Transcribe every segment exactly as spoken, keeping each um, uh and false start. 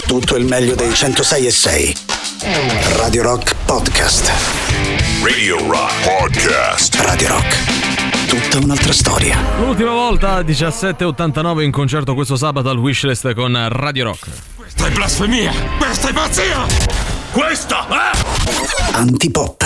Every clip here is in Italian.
tutto il meglio dei centosei e sei. Radio Rock Podcast. Radio Rock Podcast. Radio Rock. Tutta un'altra storia. L'ultima volta diciassette e ottantanove in concerto questo sabato al Wishlist con Radio Rock. Questa è blasfemia! Questa è pazzia! Questa è... Antipop.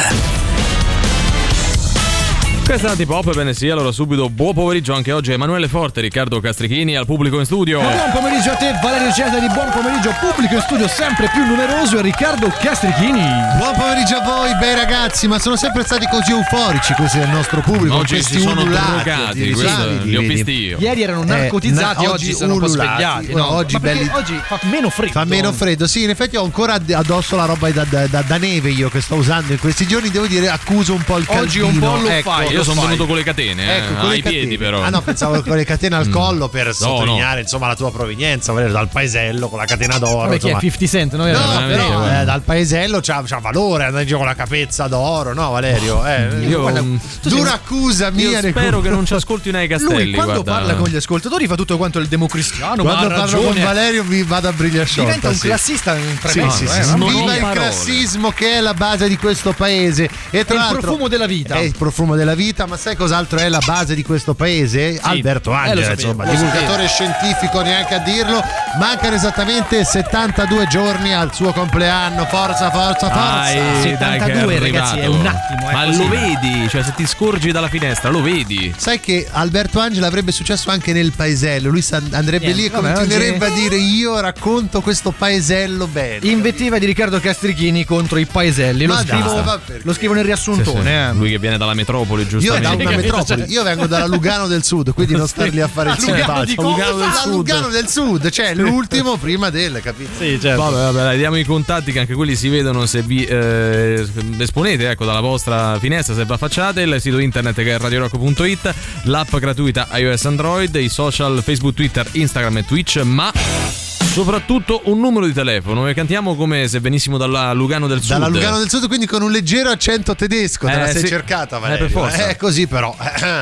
Questa è Antipop, bene sì, allora subito buon pomeriggio anche oggi a Emanuele Forte, Riccardo Castrichini al pubblico in studio. Buon pomeriggio a te Valerio Cesari, buon pomeriggio pubblico in studio sempre più numeroso e Riccardo Castrichini. Buon pomeriggio a voi bei ragazzi, ma sono sempre stati così euforici questi del nostro pubblico. Oggi si sono drogati, questo li ho visti io. Ieri erano narcotizzati, Eh, oggi, oggi sono un po' ululati. svegliati, No, no? oggi Ma perché belli- oggi fa meno freddo. Fa meno freddo, sì, in effetti ho ancora ad- addosso la roba da, da, da- da neve io che sto usando in questi giorni, devo dire accuso un po' il Oggi caldino. un po' lo ecco. fai, Io lo sono fai. venuto con le catene, eh, Ecco, con le ai catene. piedi però. Ah no, pensavo con le catene al collo per sottolineare insomma la tua provenienza, Valerio, dal paesello con la catena d'oro. Vabbè, chi è insomma. cinquanta Cent? No, No, Era- però guarda. eh, dal paesello c'ha, c'ha valore andare in giro con la capezza d'oro, no Valerio? Eh, Io- guarda, tu dura sei- accusa mia. Io nei spero che non ci ascoltino ai castelli. Lui quando guarda. parla con gli ascoltatori fa tutto quanto il democristiano, ma ha Quando parlo con ragione. Valerio vi vado a briglia sciolta. Diventa un sì. classista Sì, tremendo, sì, eh, sì, sì. mamma non Viva ho il parole. classismo che è la base di questo paese. E tra il l'altro profumo della vita. È il profumo della vita, ma sai cos'altro è la base di questo paese? Alberto Eh, lo Angela, sapevo, insomma, lo divulgatore scientifico, neanche a dirlo. Mancano esattamente settantadue giorni al suo compleanno. Forza, forza, forza. Dai, dai, che settantadue, è ragazzi, è arrivato. un attimo, è Ma così. lo vedi? Cioè, se ti scorgi dalla finestra, lo vedi? Sai che Alberto Angela avrebbe successo anche nel paesello. Lui sa- andrebbe Niente, lì e vabbè, continuerebbe oggi- a dire: io racconto questo paesello bene. Invettiva di Riccardo Castrichini contro i paeselli. Lo Ma scrivo, dai, ma perché? lo scrivo nel riassuntone. Sì, sì. eh. Lui che viene dalla metropoli, Io giustamente. da una capito? metropoli, Cioè- io vengo dalla Lugano del Sud, quindi non star lì a fare il Lugano simpatico. di cosa? Lugano del Sud. Lugano del Sud, cioè l'ultimo prima del, capito? Sì, certo. Vabbè, vabbè, dai, diamo i contatti che anche quelli si vedono se vi eh, esponete, ecco, dalla vostra finestra, se vi affacciate, il sito internet che è radio rock punto it, l'app gratuita iOS Android, i social Facebook, Twitter, Instagram e Twitch, ma soprattutto un numero di telefono e cantiamo come se venissimo dalla Lugano del Sud. Dalla Lugano del Sud, quindi con un leggero accento tedesco, te Eh, la sei sì. cercata, Eh, Valerio. per forza. È così però.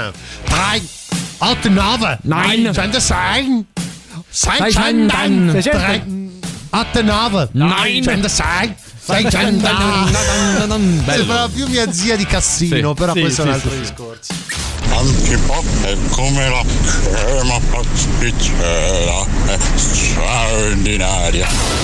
tre, otto, nove, Nine. centosei, Seicento. seicento, tre, otto, nove, Nine. centosei, seicento. Sembrava più mia zia di Cassino, Sì. però Sì, questo è un sì, altro sì, discorso. Antipop è come la crema pasticcera, è straordinaria.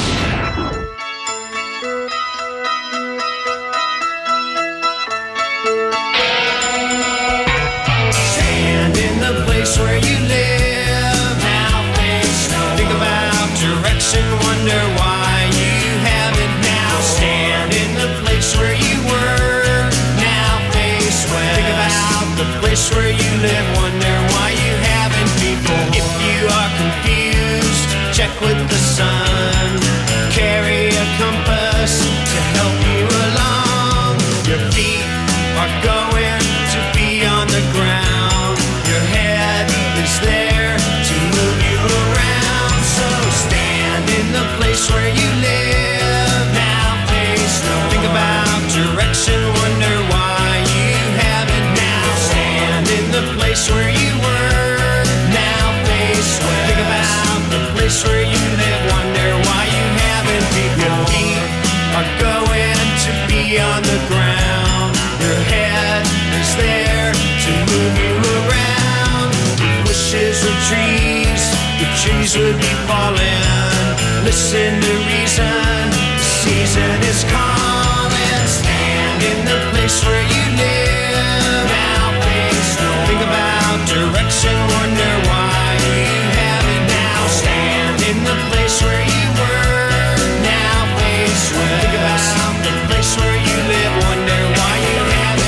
Stand in the place where you live. Now face no. Think about direction. Wonder why you haven't now. Stand in the place where you were. Now face west. Think about the place where you live. Wonder why you haven't before. If you are confused, check with the sun. Carry a compass to help you along. Your feet are going to be on the ground. Your head is there to move you around. So stand in the place where you live. Now face no. Think about direction. Wonder why you haven't now. Stand in the place where you were. Now face west. Think about the place where you live. Wonder why you haven't before. Your feet are going to be on the ground. Your head is there to move you around. Wishes were trees, the trees would be falling. Listen to reason, the season is calling. Stand in the place where you live. Now face no. Think about direction, wonder why you haven't now. Stand in the place where you were. Now face west. Think about the place where you live. Wonder why you haven't.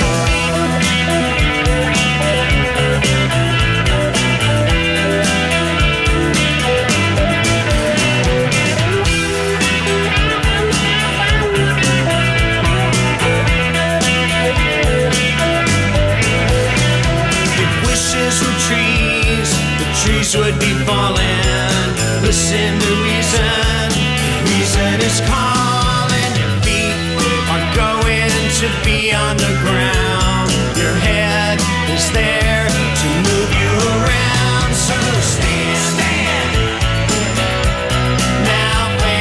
If wishes were trees, the trees would be falling. Listen to reason, reason is calling. Your feet are going to be on the ground. Your head is there to move you around. So stand, stand. Now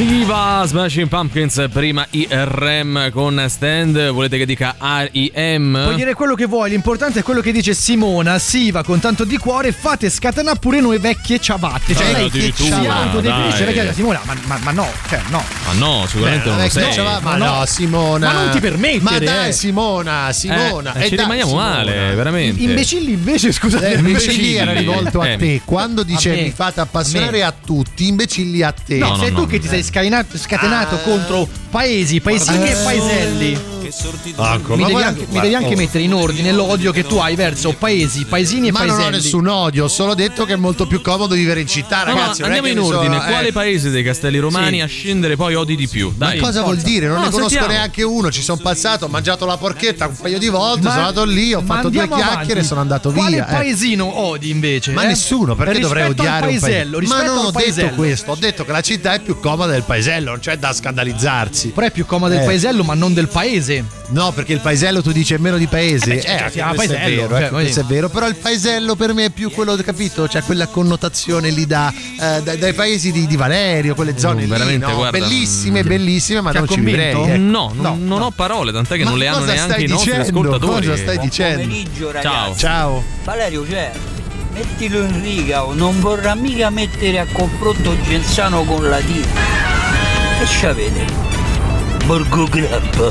Siva, Smashing Pumpkins, prima I R M con Stand, volete che dica R I M? Puoi dire quello che vuoi, l'importante è quello che dice Simona. Siva con tanto di cuore, fate scatenare pure noi vecchie ciabatte. Cioè Eh, lei che addirittura, si autodefinisce dai. vecchia Simona, ma, ma, ma no, cioè no. Ma no, sicuramente non lo vecchia sei. ciabatta, ma no. no, Simona. Ma non ti permettere, Ma dai, eh. Simona, Simona. Eh, Eh, ci dai, rimaniamo Simona. male, veramente. Imbecilli invece, scusate, Eh, invece imbecilli. lì era rivolto a Eh. te. Quando dicevi me. fate appassionare a tutti, imbecilli a te. No, No, sei no, tu no. che ti sei scatenato, scatenato Ah. contro paesi, paesini e paeselli. Ecco, Mi ma devi guarda- anche, mi guarda- devi anche oh. mettere in ordine l'odio che tu hai verso paesi, paesini e Ma paeselli. non ho nessun odio, ho solo detto che è molto più comodo vivere in città, No, ragazzi. no, non è andiamo che in mi sono- ordine. eh. Quale paese dei Castelli Romani Sì. a scendere poi odi di più? Ma Dai. cosa vuol dire? Non No, ne conosco sentiamo. neanche uno. Ci sono passato, ho mangiato la porchetta un paio di volte, Ma- sono andato lì, ho ma fatto due andiamo chiacchiere e avanti. sono andato Quale via. eh. paesino odi invece? Ma eh? nessuno, perché dovrei Rispetto al odiare un paesello, paese? Ma rispetto non al ho paesello. detto questo, ho detto che la città è più comoda del paesello, non c'è da scandalizzarsi. Però è più comodo del Eh. paesello, ma non del paese. No, perché il paesello tu dici è meno di paese. Eh beh, cioè, eh, si anche chiama questo è paesello, vero, cioè, ecco, voglio questo è vero. Però il paesello per me è più quello, capito? Cioè quella connotazione lì da, eh, dai, dai paesi di, di Valerio, quelle zone lì, veramente, no? guarda, Bellissime, mm. bellissime, ma Ti ha non ci convinto? vivrei. ecco. No, non, non ho parole, tant'è che Ma non le hanno cosa neanche stai i nostri dicendo? ascoltatori. Cosa stai dicendo? Pomeriggio, ragazzi. Ciao. Ciao. Valerio, cioè, mettilo in riga, o non vorrà mica mettere a confronto Genzano con Latino. Che c'avete? Borgo Grappa.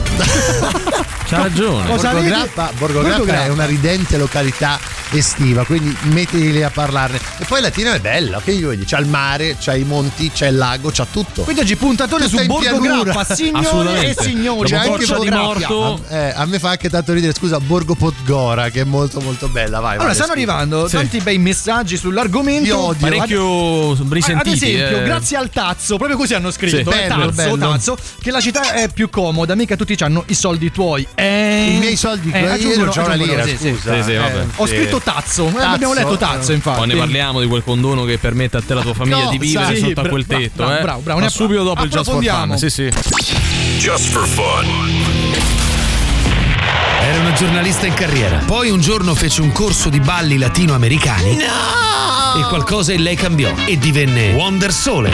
C'ha ragione. Cosa Borgo vedi? Grappa, Borgo Borgo Grappa è Grappa. una ridente località estiva, quindi mettili lì a parlarne. E poi Latina è bella, che io vedi, c'ha il mare, c'ha i monti, c'è il lago, c'ha tutto. Quindi oggi puntatore Tutto su in Borgo pianura. Grappa, signore e Assolutamente. signori. Dopo C'è anche Borcia di Borgo Morto. A, eh, a me fa anche tanto ridere, scusa, Borgo Podgora, che è molto molto bella. Vai, Allora, vai, stanno scusa. arrivando Sì. tanti bei messaggi sull'argomento. Io odio. Parecchio Ad risentiti. esempio, eh. grazie al Tazzo, proprio così hanno scritto, Sì. eh, Bello, Tazzo, bello. Tazzo, che la città è più comoda, mica tutti hanno i soldi tuoi. Eh, I miei soldi, eh, io aggiungono- non c'ho una aggiungono, lira, sì, sì. scusa. Sì, sì, vabbè. Ho sì. scritto Tazzo, eh, Tazzo, abbiamo letto Tazzo, eh. infatti. Poi ne parliamo di quel condono che permette a te e alla tua famiglia di Cosa? vivere Sì, sotto a bra- quel bravo, tetto, bravo, eh. bravo, bravo. Ma Ne subito dopo il Just for approfondiamo. Fun. Sì, sì. Just for fun. Era una giornalista in carriera. Poi un giorno fece un corso di balli latinoamericani. No! E qualcosa in lei cambiò e divenne Wonder Sole.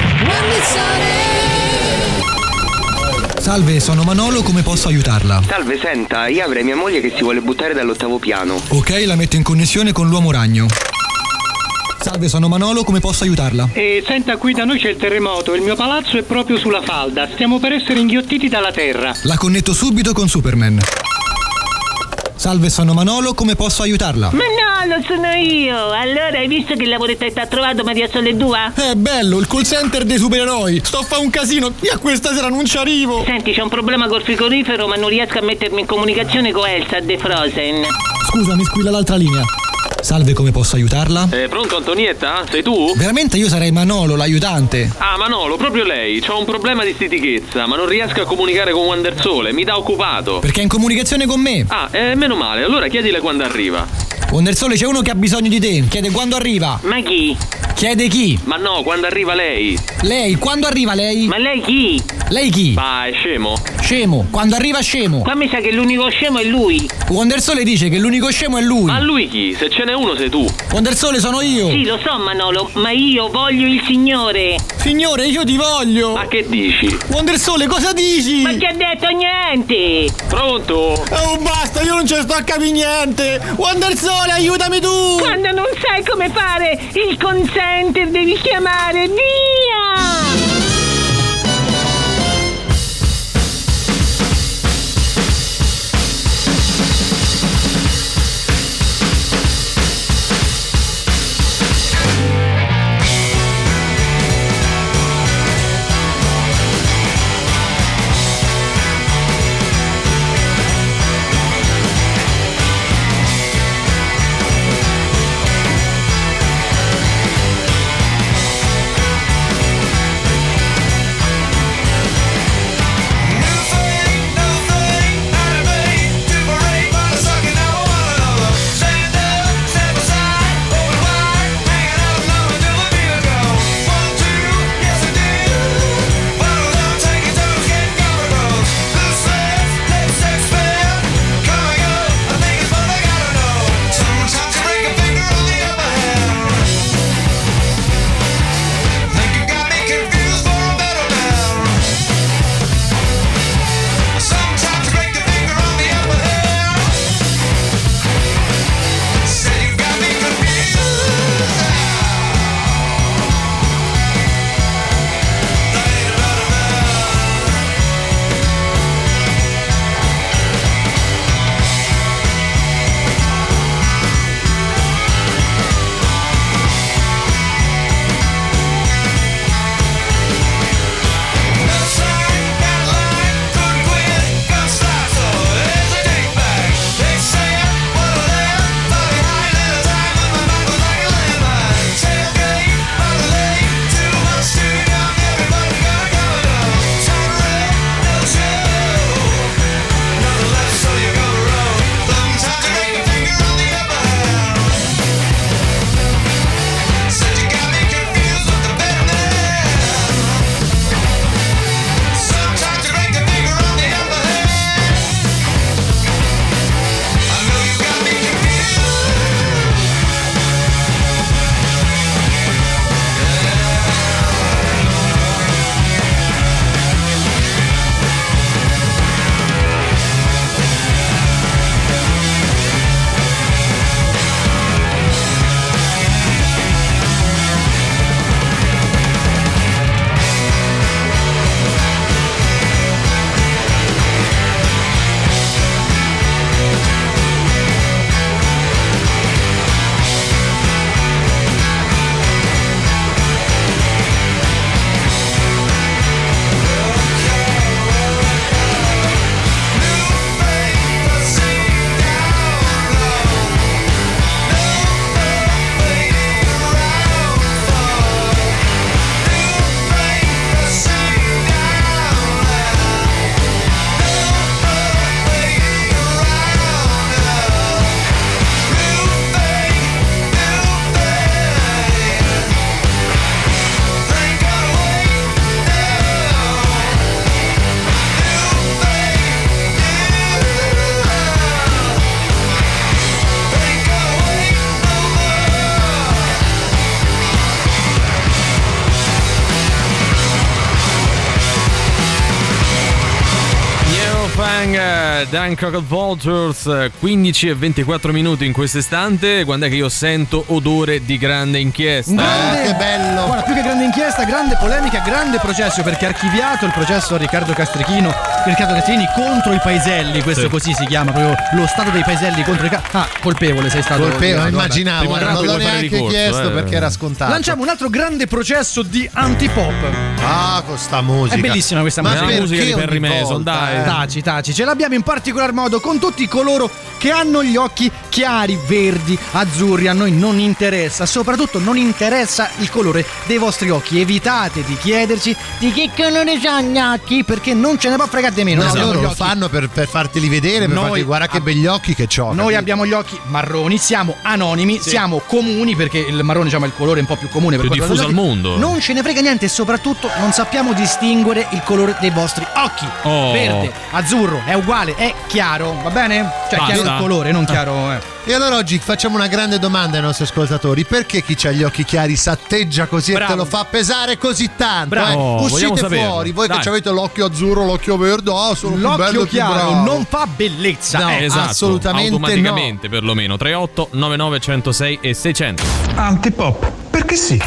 Salve, sono Manolo, come posso aiutarla? Salve, senta, io avrei mia moglie che si vuole buttare dall'ottavo piano. Ok, la metto in connessione con l'uomo ragno. Salve, sono Manolo, come posso aiutarla? E senta, qui da noi c'è il terremoto, il mio palazzo è proprio sulla falda, stiamo per essere inghiottiti dalla terra. La connetto subito con Superman. Salve, sono Manolo, come posso aiutarla? Manolo, sono io. Allora, hai visto che lavoretto ti ha trovato Maria Sole due? È bello, il call center dei supereroi. Sto a fa un casino, io a questa sera non ci arrivo. Senti, c'è un problema col frigorifero, ma non riesco a mettermi in comunicazione con Elsa de Frozen. Scusa, mi squilla l'altra linea. Salve, come posso aiutarla? Eh, pronto Antonietta? Sei tu? Veramente io sarei Manolo, l'aiutante. Ah, Manolo, proprio lei. C'ho un problema di stitichezza, ma non riesco a comunicare con Wonder Sole, mi dà occupato. Perché è in comunicazione con me. Ah, eh, meno male, allora chiedile quando arriva. Wonder Sole, c'è uno che ha bisogno di te. Chiede quando arriva. Ma chi? Chiede chi? Ma no, quando arriva lei. Lei, quando arriva lei? Ma lei chi? Lei chi? Ma è scemo? Scemo, quando arriva scemo. Qua mi sa che l'unico scemo è lui. Wonder Sole dice che l'unico scemo è lui. Ma lui chi? Se ce n'è uno sei tu. Wonder Sole sono io. Sì, lo so Manolo, ma io voglio il signore. Signore, io ti voglio. Ma che dici? Wonder Sole, cosa dici? Ma che ha detto niente? Pronto? Oh, basta, io non ci sto a capire niente. Wonder Sole, aiutami tu. Quando non sai come fare il consenter devi chiamare via. era Dancock Vultures, quindici e ventiquattro minuti in questo istante. Quando è che io sento odore di grande inchiesta? Grande, eh, che bello! Guarda, più che grande inchiesta, grande polemica, grande processo, perché è archiviato il processo a Riccardo Castrichino, Riccardo Castrini contro i paeselli, questo sì. così si chiama, proprio lo stato dei paeselli contro i... Ah, colpevole sei stato. Colpevole, Riccardo, immaginavo, vabbè. non l'ho neanche ricorso, chiesto eh. perché era scontato. Lanciamo un altro grande processo di antipop. Ah, con sta musica. È bellissima questa Ma musica. la musica di perché Perry ogni Mason, volta, dai. eh? Taci, taci, ce l'abbiamo in particolar modo con tutti coloro che hanno gli occhi chiari, verdi, azzurri. A noi non interessa, soprattutto non interessa il colore dei vostri occhi. Evitate di chiederci di che colore sono gli occhi, perché non ce ne può fregare di meno. No, Noi abbiamo loro gli lo occhi- fanno per, per farteli vedere, per Noi- farti guarda che begli occhi che c'ho. Noi capito? abbiamo gli occhi marroni, siamo anonimi, siamo comuni, perché il marrone diciamo, è il colore un po' più comune per Più quanto diffuso riguarda al gli occhi. mondo. Non ce ne frega niente e soprattutto non sappiamo distinguere il colore dei vostri occhi. Oh. Verde, azzurro, è uguale, è chiaro, va bene? Cioè Basta. chiaro il colore, non chiaro... Eh. E allora oggi facciamo una grande domanda ai nostri ascoltatori: perché chi ha gli occhi chiari s'atteggia così Bravo. e te lo fa pesare così tanto? Bravo. eh? Oh, vogliamo Uscite saperlo. fuori, voi Dai. che avete l'occhio azzurro, l'occhio verde, oh, sono più bello e L'occhio più chiaro bravo. non fa bellezza. No. eh. Esatto, assolutamente automaticamente perlomeno. tre otto nove nove uno zero sei e seicento. Antipop, perché sì?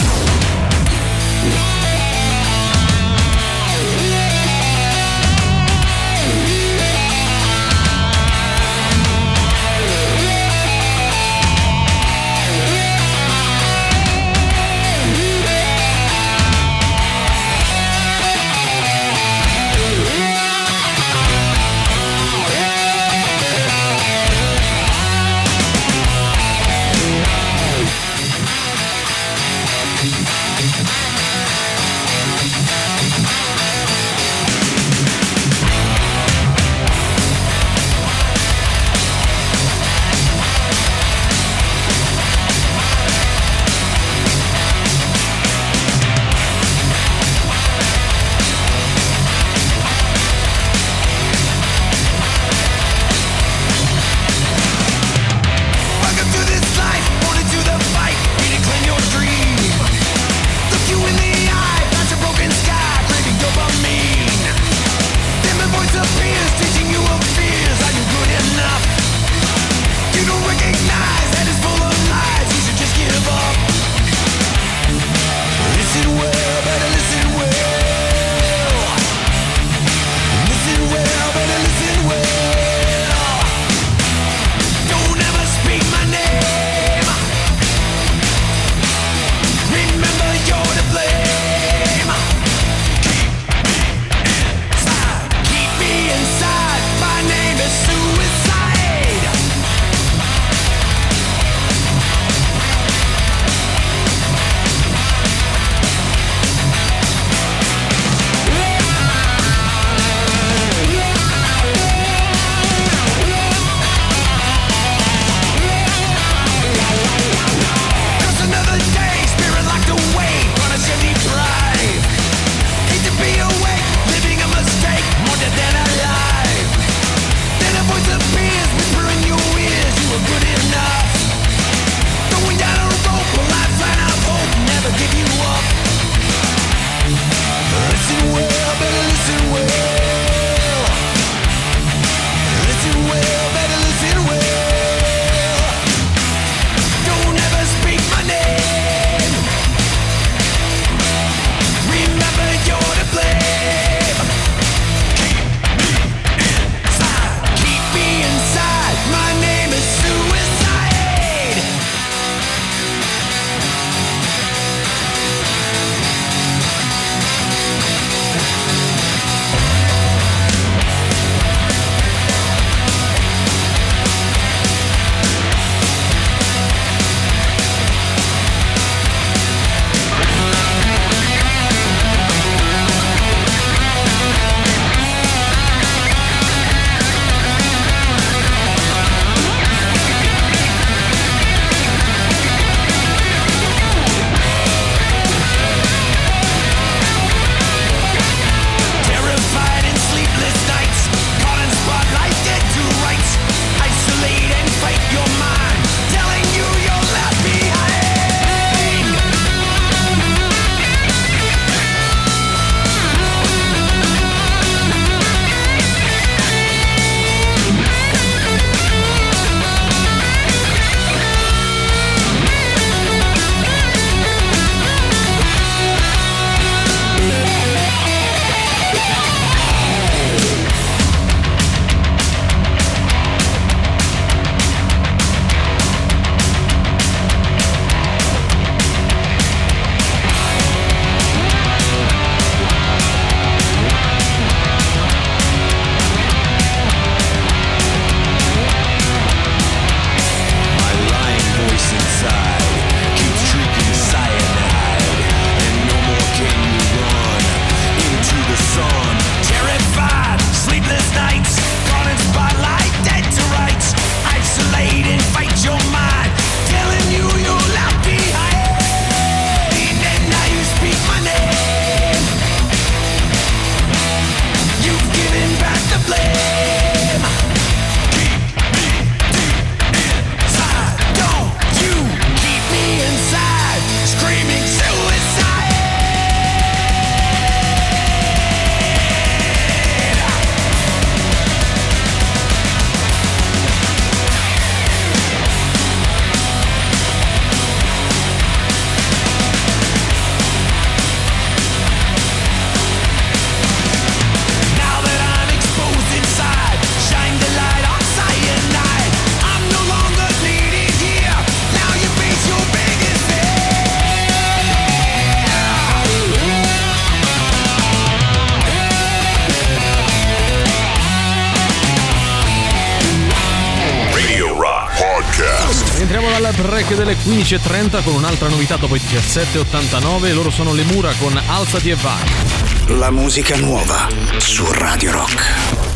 break delle quindici e trenta con un'altra novità dopo i diciassette e ottantanove. Loro sono Le Mura con Alzati e vai. La musica nuova su Radio Rock.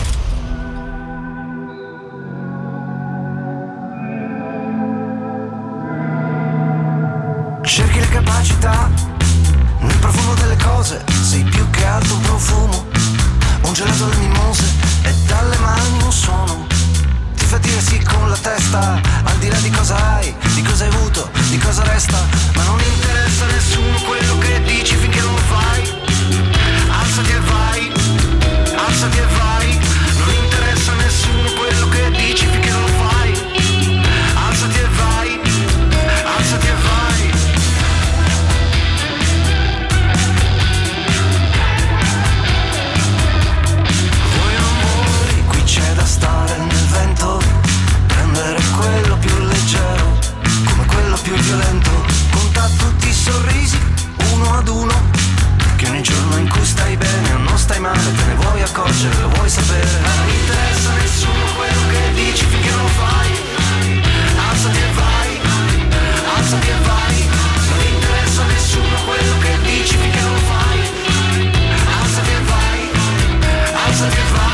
Cerchi le capacità nel profumo delle cose, sei più che altro un profumo, un gelato alle mimose e dalle mani un suono. Ti fa dire sì con la testa, al di là di cosa hai, di cosa hai avuto, di cosa resta, ma non interessa a nessuno quello che dici finché non lo fai. Alzati e vai, alzati e vai, non interessa a nessuno quello che dici finché non lo fai. Alzati e vai, alzati e vai. Vuoi o non vuoi, qui c'è da stare nel vento, prendere quello più leggero, come quello più violento. Conta tutti i sorrisi, uno ad uno, che ogni giorno in cui stai bene o non stai male te ne vuoi accorgere, lo vuoi sapere. Non interessa a nessuno quello che dici finché non lo fai. Alzati e vai, alzati e vai, non interessa a nessuno quello che dici finché non lo fai. Alzati e vai, alzati e vai.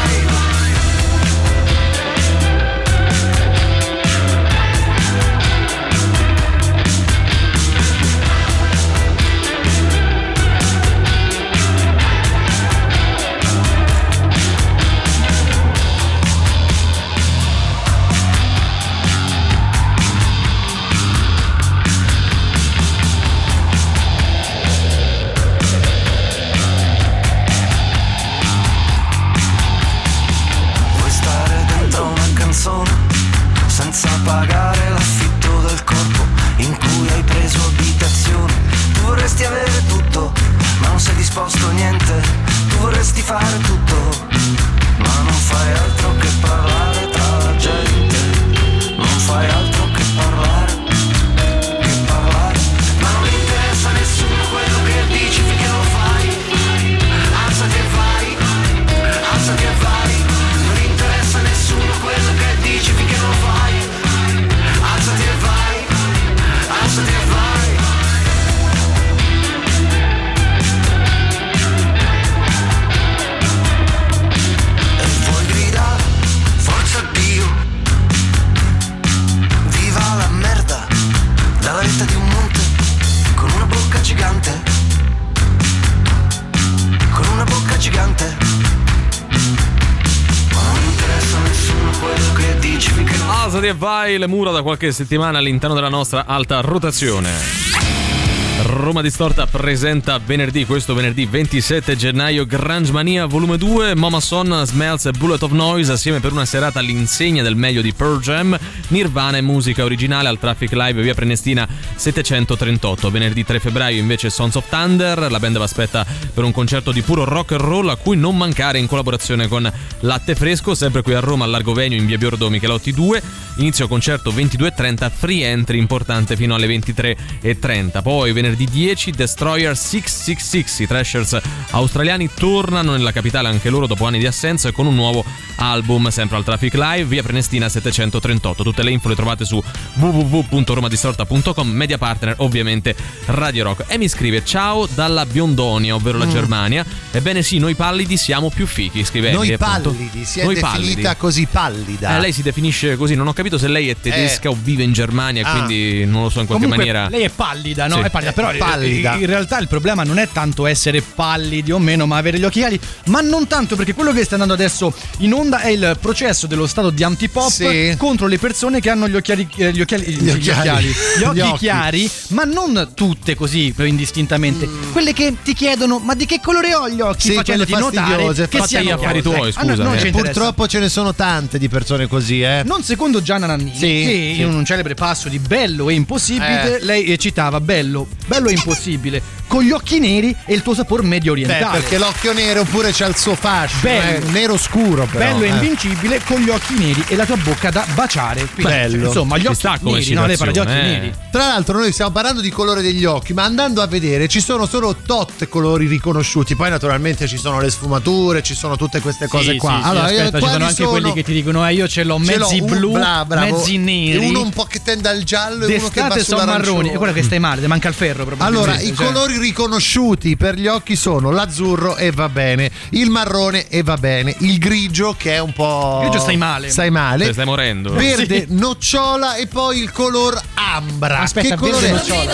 Senza pagare l'affitto del corpo in cui hai preso abitazione. Tu vorresti avere tutto, ma non sei disposto a niente. Tu vorresti fare tutto, ma non fai altro che parlare tra la gente. Non fai altro che parlare, che parlare. Ma non interessa a nessuno quello che dici finché non lo fai. Alzati e vai, alzati e vai, non interessa a nessuno quello che dici finché non lo fai. Alzati e vai, alzati e vai. E vuoi gridare, forza Dio, viva la merda, dalla vetta di un monte, con una bocca gigante, con una bocca gigante. Ma non interessa a nessuno quello che dici finché non... Alzati e vai, Le Mura da qualche settimana all'interno della nostra alta rotazione. Roma Distorta presenta venerdì, questo venerdì ventisette gennaio, Grunge Mania volume due, Mama Son, Smells e Bullet of Noise assieme per una serata all'insegna del meglio di Pearl Jam, Nirvana e musica originale al Traffic Live via Prenestina settecentotrentotto. Venerdì tre febbraio invece Sons of Thunder, la band vi aspetta per un concerto di puro rock and roll a cui non mancare in collaborazione con Latte Fresco, sempre qui a Roma al Largo Venio in via Biordo Michelotti due. Inizio concerto ventidue e trenta, free entry importante fino alle ventitré e trenta. Poi venerdì dieci Destroyer sei sei sei, i Thrashers australiani tornano nella capitale anche loro dopo anni di assenza e con un nuovo album sempre al Traffic Live via Prenestina settecentotrentotto. Tutte le info le trovate su w w w punto romadistorta punto com, media partner ovviamente Radio Rock. E mi scrive: ciao dalla Biondonia, ovvero la mm. Germania. Ebbene sì, noi pallidi siamo più fichi, scrive Noi Emily, pallidi, si è noi definita pallidi. così pallida. Eh, lei si definisce così, non ho capito se lei è tedesca eh. o vive in Germania, Ah. quindi non lo so in qualche Comunque, maniera. lei è pallida, no? Sì. È pallida, però È pallida. in realtà il problema non è tanto essere pallidi o meno, ma avere gli occhi chiari, ma non tanto, perché quello che sta andando adesso in onda è il processo dello stato di antipop Sì. contro le persone che hanno gli occhiali, eh, gli occhiali, Gli occhiali. gli occhi Gli occhi. chiari, ma non tutte così indistintamente. Mm. Quelle che ti chiedono: ma di che colore ho gli occhi? Sì, facendoti quelle notare fastidiose, che fatti siano gli affari chiari. tuoi, Ah, no, scusa, non eh. ci interessa. Purtroppo ce ne sono tante di persone così, eh. Non secondo Gianna Nannini, Sì, che sì. in un celebre passo di Bello e Impossibile Eh. lei citava Bello, bello e impossibile. con gli occhi neri e il tuo sapore medio orientale. Beh, perché l'occhio nero oppure c'ha il suo fascino, bello, eh, nero scuro però. Bello e eh. invincibile, con gli occhi neri e la tua bocca da baciare. Quindi, bello. Insomma, gli occhi neri, no, lei parla di occhi eh. neri. Tra l'altro noi stiamo parlando di colore degli occhi, ma andando a vedere ci sono solo tot colori riconosciuti. Poi naturalmente ci sono le sfumature, ci sono tutte queste cose sì, qua. Sì, allora, sì, aspetta, ci sono anche sono... quelli che ti dicono eh, io ce l'ho ce mezzi l'ho, blu, un, bla, bravo, mezzi neri, e uno un po' che tende al giallo e uno che va sono marroni. sull'arancione. E quello che stai male, ti manca il ferro probabilmente. Allora, i cioè. colori riconosciuti per gli occhi sono l'azzurro e va bene, il marrone e va bene, il grigio che è un po'... Il grigio stai male. Stai male. Cioè, stai morendo. Verde, sì. nocciola e poi il color ambra. Aspetta, che colore è? nocciola.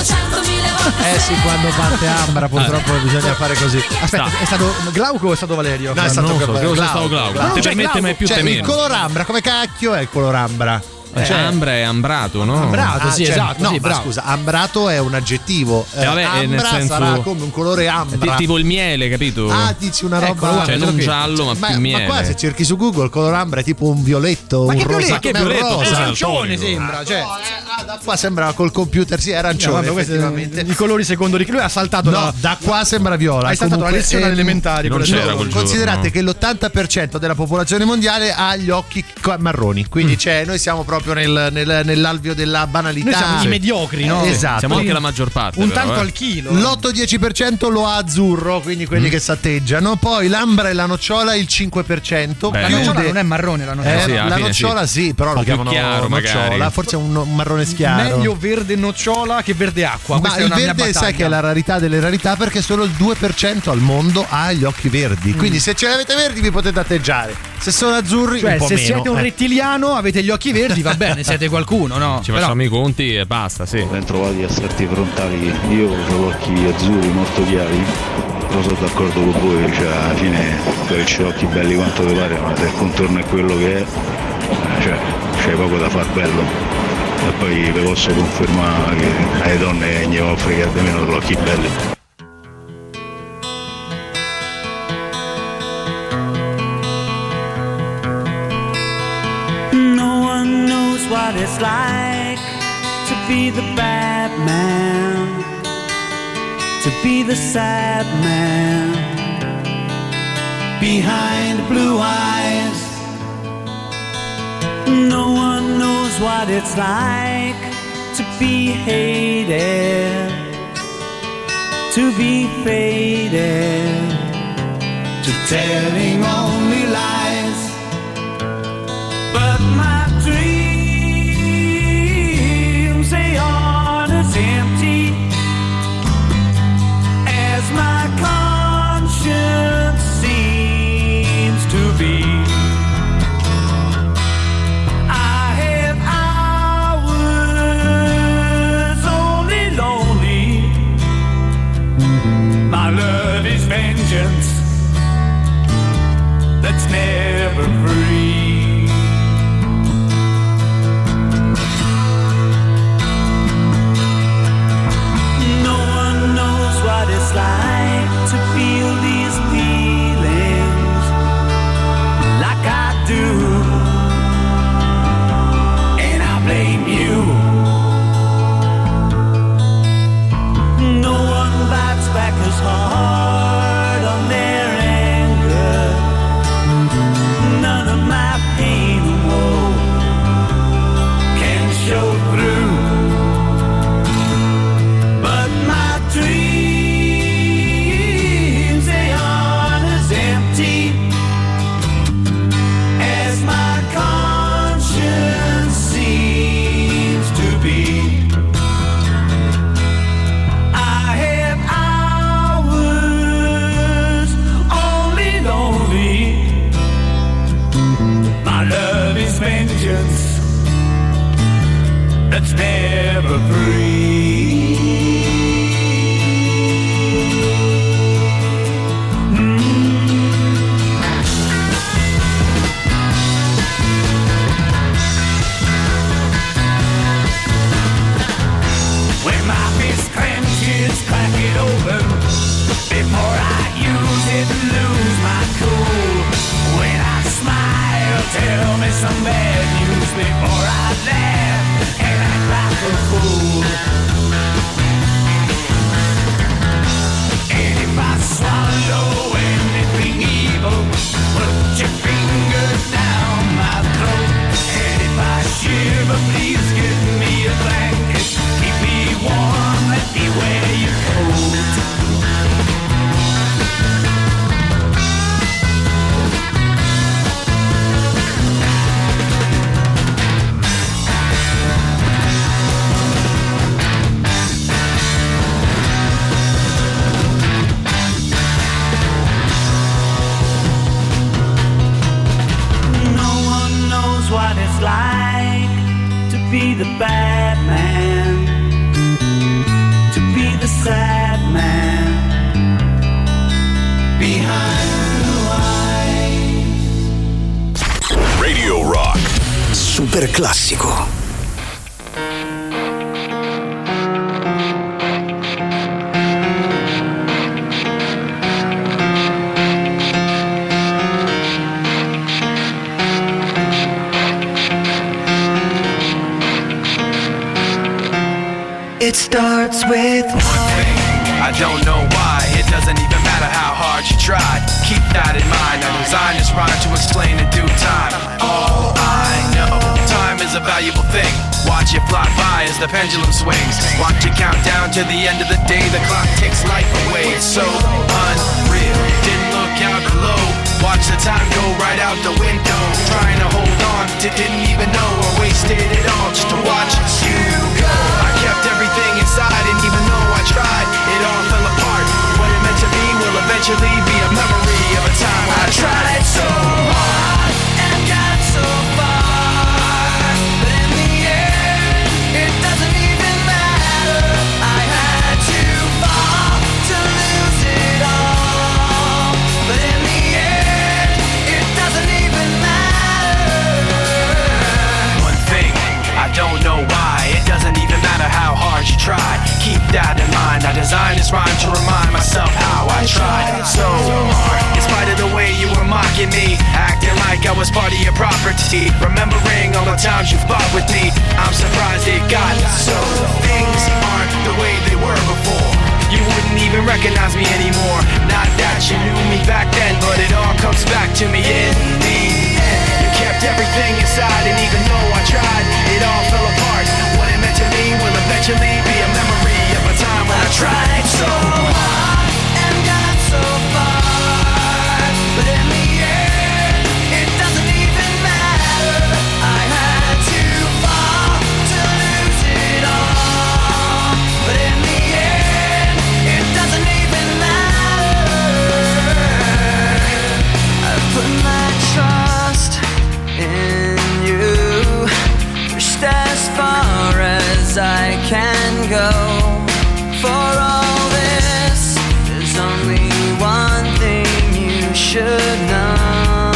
Eh sì, quando parte ambra purtroppo ah. bisogna fare così. Aspetta, Sta. è stato Glauco o è stato Valerio? No, è stato non so, Glauco. Glauco, è stato Glauco. Glauco. Non ti permette mai più cioè, te il meno. color ambra, come cacchio è il color ambra? Cioè, ambra è ambrato, no? Ambrato, Ah, sì, cioè, esatto. no, sì, ma bravo. scusa, ambrato è un aggettivo. Eh, vabbè, ambra nel senso, sarà come un colore ambra. Tipo il miele, capito? Ah, dici una roba. Ecco, cioè non giallo, ma, ma più miele. Ma qua se cerchi su Google il color ambra è tipo un violetto, ma un che rosa, violetto? Che come un violetto? rosa. È arancione sembra, cioè. Ah, da qua sembra col computer, sì, arancione, No, effettivamente. I colori secondo lui ha saltato No, la... da qua sembra viola. Hai saltato Comunque, la lezione ehm, elementari. non c'era quel Considerate giorno. che l'ottanta per cento della popolazione mondiale ha gli occhi marroni, quindi Mm. cioè, noi siamo proprio nel, nel, nell'alveo della banalità. Noi siamo i mediocri, no? Eh, esatto. Siamo anche la maggior parte. Un però, tanto eh. al chilo. L'otto dieci per cento lo ha azzurro, quindi quelli Mm. che satteggiano. Poi l'ambra e la nocciola il cinque per cento. Beh, La Chiude- nocciola non è marrone, la nocciola. Eh, sì, alla la fine nocciola sì, sì. però Un lo po' più chiamano chiaro, nocciola, magari. forse è un, un marrone schiaro. Meglio verde nocciola che verde acqua. Ma Questa è il una mia verde battaglia. sai che è la rarità delle rarità, perché solo il due per cento al mondo ha gli occhi verdi. Quindi se ce li avete verdi vi potete atteggiare. Se sono azzurri Cioè, un po' se meno. siete un Eh. rettiliano, avete gli occhi verdi, va bene, siete qualcuno, no? Ci Però- facciamo i conti e basta, sì. Ben trovati assetti frontali, io ho occhi azzurri molto chiari, però sono d'accordo con voi, cioè alla fine per i occhi belli quanto vi pare, ma se il contorno è quello che è, cioè c'è poco da far bello. E poi vi posso confermare che alle donne ne va a fregare di meno degli occhi belli. No one knows what it's like to be the bad man, to be the sad man behind blue eyes. No one knows what it's like to be hated, to be faded, to telling only lies. But my dreams, they aren't as empty as my conscience seems to be. I have hours only lonely. My love is vengeance that's never free. No one knows what it's like to feel these feelings like I do, and I blame you. No one bites back as hard on their anger. None of my pain and woe can show through. But my dreams, they aren't as empty as my conscience seems to be. I have hours only lonely. My love is vengeance that's never free. When my fist clenches, crack it open before I use it and lose my cool. When I smile, tell me some bad news before I laugh and act like a fool. super classico. It starts with one thing. I don't know why. It doesn't even matter how hard you tried. Keep that in mind. I designed this rhyme to explain in due time. All I know, time is a valuable thing. Watch it fly by as the pendulum swings. Watch it count down to the end of the day. The clock takes life away. It's so unreal. Didn't look out below. Watch the time go right out the window. Trying to hold on to didn't even know I wasted it all just to watch you go. I kept everything inside and even though I tried, it all fell apart. What it meant to be will eventually be a memory of a time when I tried so hard and got so far. But in the end, it doesn't even matter. I had to fall to lose it all. But in the end, it doesn't even matter. One thing, I don't know why. It doesn't even matter how hard you tried. Keep that in mind. I designed this rhyme to remind myself how I tried so hard. In spite of the way you were mocking me, acting like I was part of your property, remembering all the times you fought with me, I'm surprised it got so. Things aren't the way they were before. You wouldn't even recognize me anymore. Not that you knew me back then, but it all comes back to me in the end. You kept everything inside, and even though I tried, it all fell apart. What it meant to me will eventually be a memory of a time when I tried so hard and got so far. But in the end, it doesn't even matter. I had to fall to lose it all. But in the end, it doesn't even matter. I put my trust in you, pushed as far as I can go. For all this, there's only one thing you should know.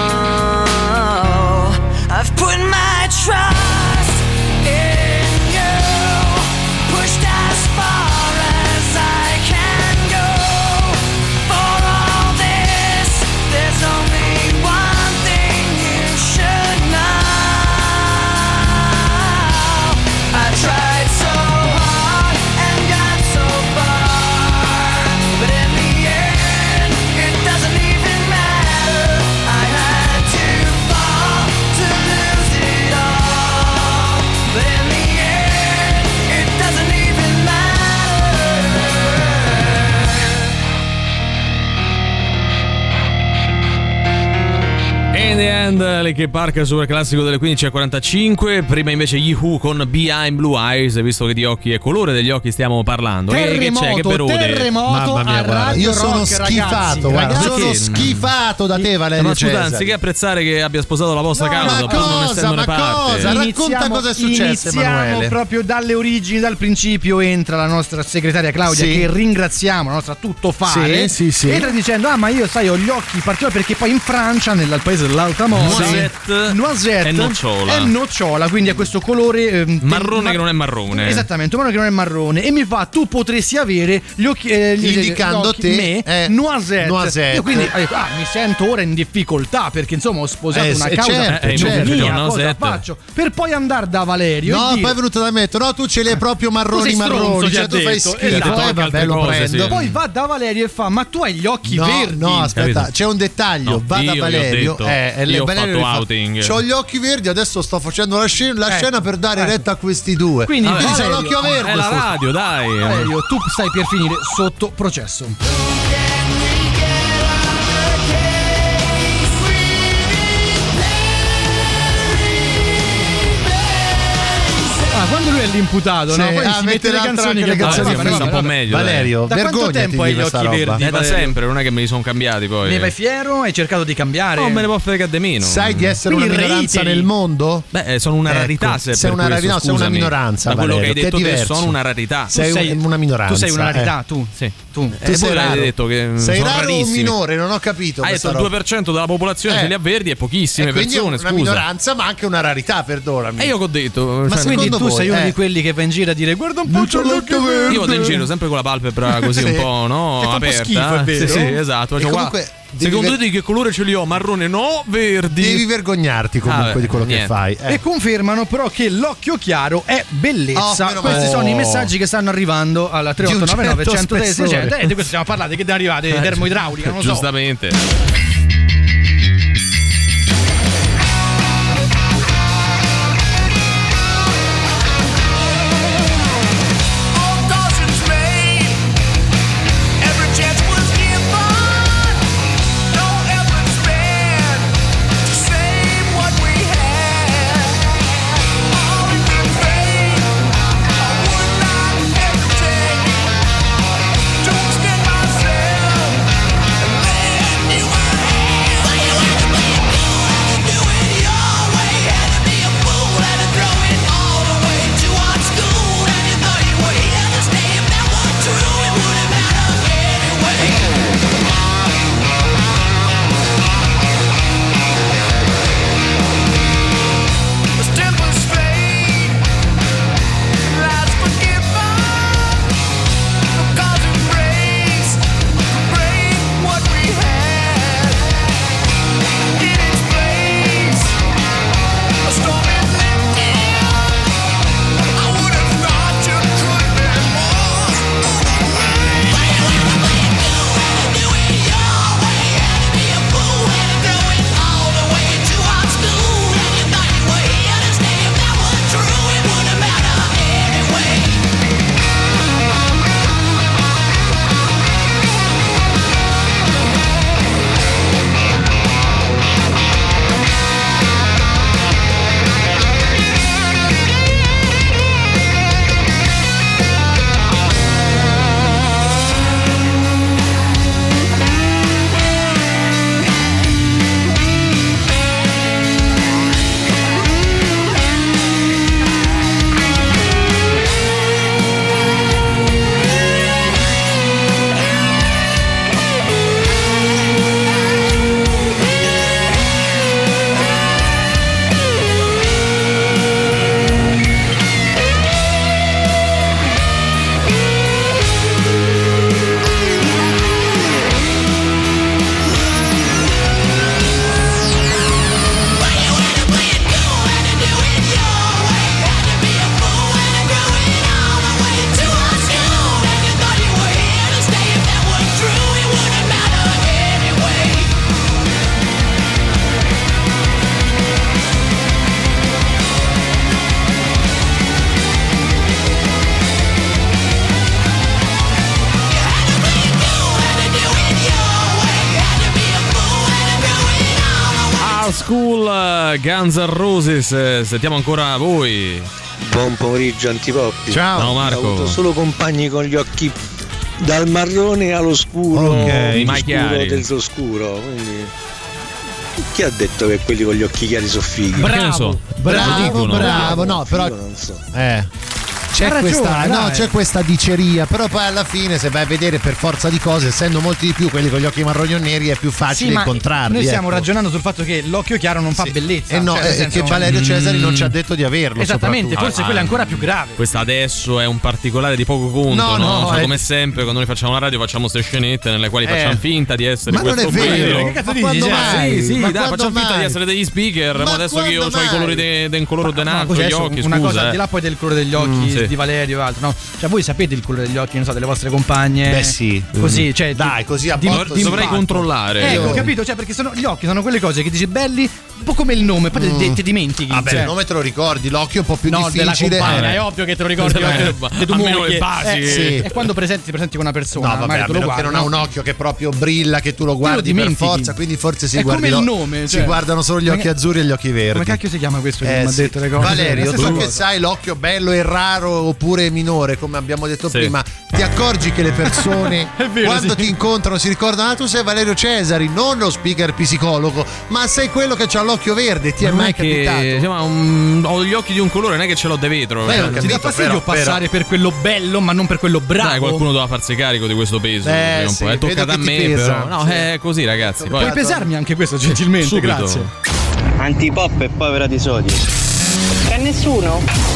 I've put my trust in you, pushed as far as I can go. For all this, there's only one thing you should know. I tried so hard and got so far, but in the end, it doesn't even matter. I had to fall to lose it all, but in the end, it doesn't even matter. In the end, Linkin Park, super classico delle quindici e quarantacinque. Prima invece gli Who con Behind Blue Eyes, visto che di occhi e colore degli occhi stiamo parlando. Terremoto, che c'è? Che perode? terremoto Mamma mia, a guarda, Radio io sono Rock, schifato, ragazzi, guarda, ragazzi. sono schifato da te, Valerio Ma scusa, Cesari. anziché apprezzare che abbia sposato la vostra No, causa, ma pur non cosa, essendone ma parte. cosa? Racconta cosa è successo, Iniziamo Emanuele. proprio dalle origini, dal principio. Entra la nostra segretaria Claudia, Sì. che ringraziamo, la nostra tuttofare. Sì, sì, sì. Entra dicendo: ah, ma io sai, ho gli occhi particolari, perché poi in Francia, nel paese dell'alta moda, Noisette noisette e nocciola. è nocciola, quindi ha questo colore ehm, Marrone ma- che non è marrone. Esattamente, un marrone che non è marrone. E mi fa: tu potresti avere gli occhi, eh, gli, Indicando gli occhi, te, me, eh, noisette. noisette. Io quindi eh, ah, mi sento ora in difficoltà, perché insomma ho sposato Eh, una eh, causa certo, Eh, cioè, certo. mia, Noisette. cosa faccio? Per poi andare da Valerio No, e dire, poi è venuto da me, detto, no, tu ce l'hai proprio Tu marroni sei stronzo, marroni, ti ha cioè tu fai detto. schifo. Esatto. Eh, Tolga vabbè, altre lo cose, prendo. sì. poi va da Valerio e fa: ma tu hai gli occhi No, verdi. no, aspetta, Capito? c'è un dettaglio. No, Va da io gli ho Valerio. detto, eh, e io ho Valerio fatto gli fa, outing. c'ho gli occhi verdi, adesso sto facendo la scena, la Eh, scena per dare ecco. retta a questi due. Quindi, Quindi c'ho Valerio, l'occhio verde. È la scusa. radio, dai. Valerio, tu stai per finire sotto processo. Ah, quando lui è l'imputato, Sì, no? Poi ah, si mette mette le l'altra canzoni anche che le canzoni va, fighe. va, va, un po' va. meglio. Valerio, Da quanto vergognati tempo di hai gli questa occhi roba. verdi? Eh, da Valerio? sempre, non è che me li sono cambiati poi. Ne vai fiero? Hai cercato di cambiare? Non me ne può fregare di meno. Sai di essere Quindi una minoranza reiteri. nel mondo? Beh, sono una Ecco, rarità se sei per una questo, rarità, sei una scusami. minoranza, Da quello Valerio, che hai che è detto te diverso. sono una rarità. Sei sei una minoranza. Tu sei una rarità, eh. tu. Sì. Tu. Tu E sei voi raro. avete detto che Sei sono raro o rarissimi. minore? Non ho capito. Hai questa detto il roba. due per cento della popolazione Eh. ce li ha verdi e pochissime E quindi persone, è una scusa. minoranza, ma anche una rarità, perdonami. E io che ho detto, Ma cioè, Quindi secondo tu voi, sei uno eh. di quelli che va in giro a dire guarda un po' c'ho l'occhio verde. io vado in giro sempre con la palpebra così Sì. un po', no? Che fa un po' aperta. schifo, è vero? Sì, sì, esatto. E Cioè, comunque guarda, devi secondo ver- te di che colore ce li ho? Marrone no, verdi. Devi vergognarti comunque Ah, beh, di quello niente. che fai. eh. E confermano però che l'occhio chiaro è bellezza. Oh, meno Questi male. sono i Oh. messaggi che stanno arrivando alla tre otto nove nove certo uno zero sei spessore. seicento. E di questo stiamo parlando, che ne arrivate? Eh, Termoidraulica, non lo so. Giustamente. School, Guns N' Roses. Sentiamo ancora voi. Buon pomeriggio Antipoppi. Ciao. Ciao, Marco. Ho avuto solo compagni con gli occhi dal marrone allo scuro, Ok, mai scuro chiari. del scuro, quindi chi ha detto che quelli con gli occhi chiari sono fighi? Bravo, Che ne so? bravo, Lo dicono. bravo, no, però Io non so. eh c'è Ha ragione, questa, no, dai. c'è questa diceria, però poi alla fine se vai a vedere per forza di cose, essendo molti di più quelli con gli occhi marroni o neri, è più facile Sì, ma incontrarli. noi stiamo ecco. ragionando sul fatto che l'occhio chiaro non fa bellezza. E no, cioè, nel è senso- che Valerio Cesari non ci ha detto di averlo. Esattamente, soprattutto. forse quello è ancora più grave. Questo adesso è un particolare di poco conto, No, no? no, Cioè, è- come sempre, quando noi facciamo la radio, facciamo queste scenette nelle quali Eh. facciamo finta di essere Ma non questo è vero. quello. Che cazzo Ma dici? quando Cioè, mai? Sì, sì, ma dai, quando facciamo finta mai? di essere degli speaker. Ma Ma adesso che io ho quando i colori mai? del colore Ma denaro, così gli adesso occhi, una scusa. cosa eh. al di là poi del colore degli occhi Mm, sì. di Valerio o altro, no? Cioè voi sapete il colore degli occhi, non so, delle vostre compagne? Beh, sì. Così, cioè Dai, così a di- posto di Dovrei impatto. controllare. Ecco, Io- capito? Cioè, perché sono gli occhi sono quelle cose che dici belli, un po' come il nome, poi Mm. te, te dimentichi. Vabbè, cioè. il nome te lo ricordi, l'occhio è un po' più No, della difficile. compagna, Eh. è ovvio che te lo ricordi. Eh, l'occhio di tua almeno moglie. le basi. Eh, Sì. E quando presenti, ti presenti con una persona, No, vabbè, magari a tu lo meno che guardi. non ha no? un occhio che proprio brilla, che tu lo guardi per dimentichi. forza, quindi forse si È guardi come il lo- nome, si cioè. guardano solo gli occhi Come- azzurri e gli occhi verdi. Come cacchio si chiama questo che Eh, mi ha sì. detto le cose? Valerio, La tu stessa che cosa. sai l'occhio bello e raro oppure minore, come abbiamo detto Sì. prima, ti accorgi che le persone È vero, quando sì. ti incontrano si ricordano: ah, tu sei Valerio Cesari, non lo speaker psicologo, ma sei quello che ha l'occhio verde. Ti è Non mai è che capitato? cioè, ma un- ho gli occhi di un colore, non è che ce l'ho da vetro. Beh, cioè, ho non- Ti dà capito, fastidio però- passare per quello bello, ma non per quello bravo. Dai, qualcuno doveva farsi carico di questo peso. Eh, prima o sì, poi. È vedo toccata a che ti me, pesa. però. No, Sì. è così, ragazzi. Poi Puoi pesarmi anche questo gentilmente, Subito. grazie. Antipop e povera di sodio. Per nessuno?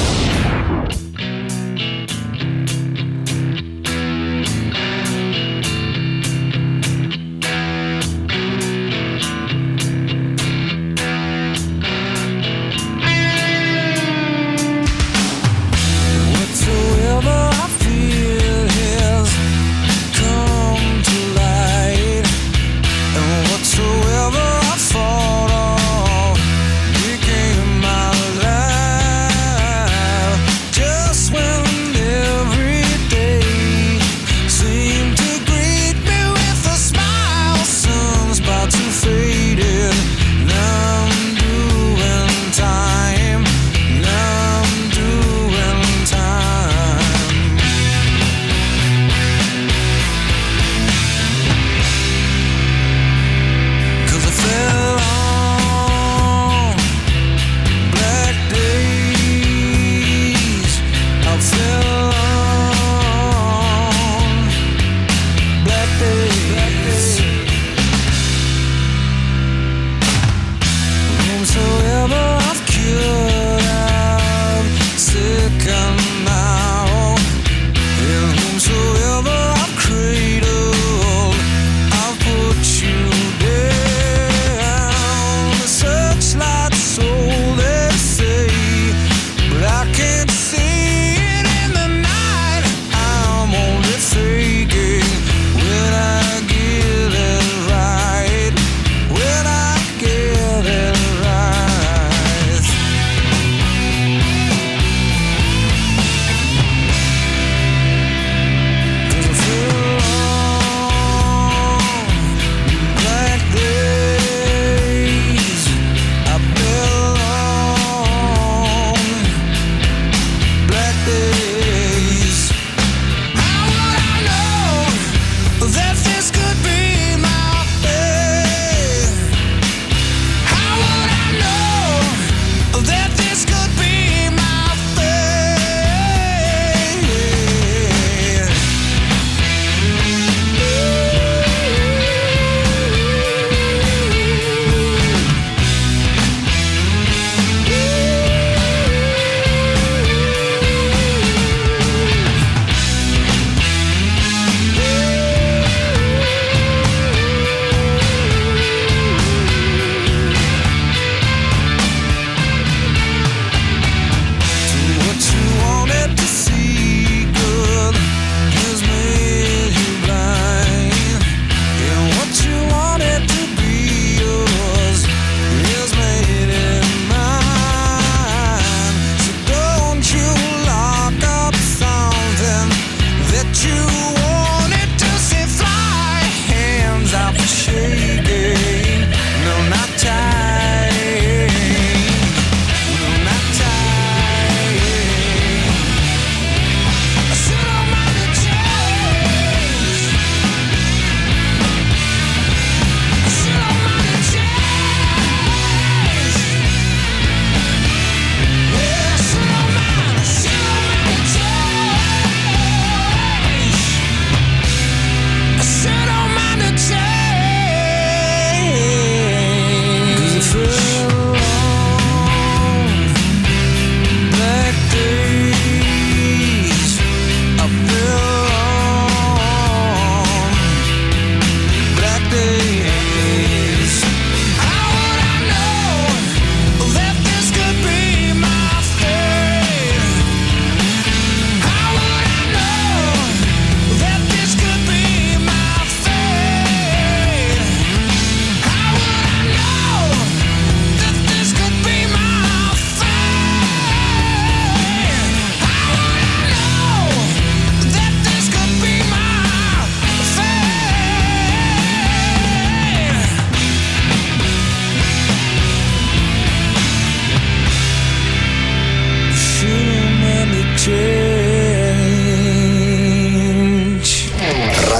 Whatsoever I feel has come to light, and whatsoever I thought of became my life.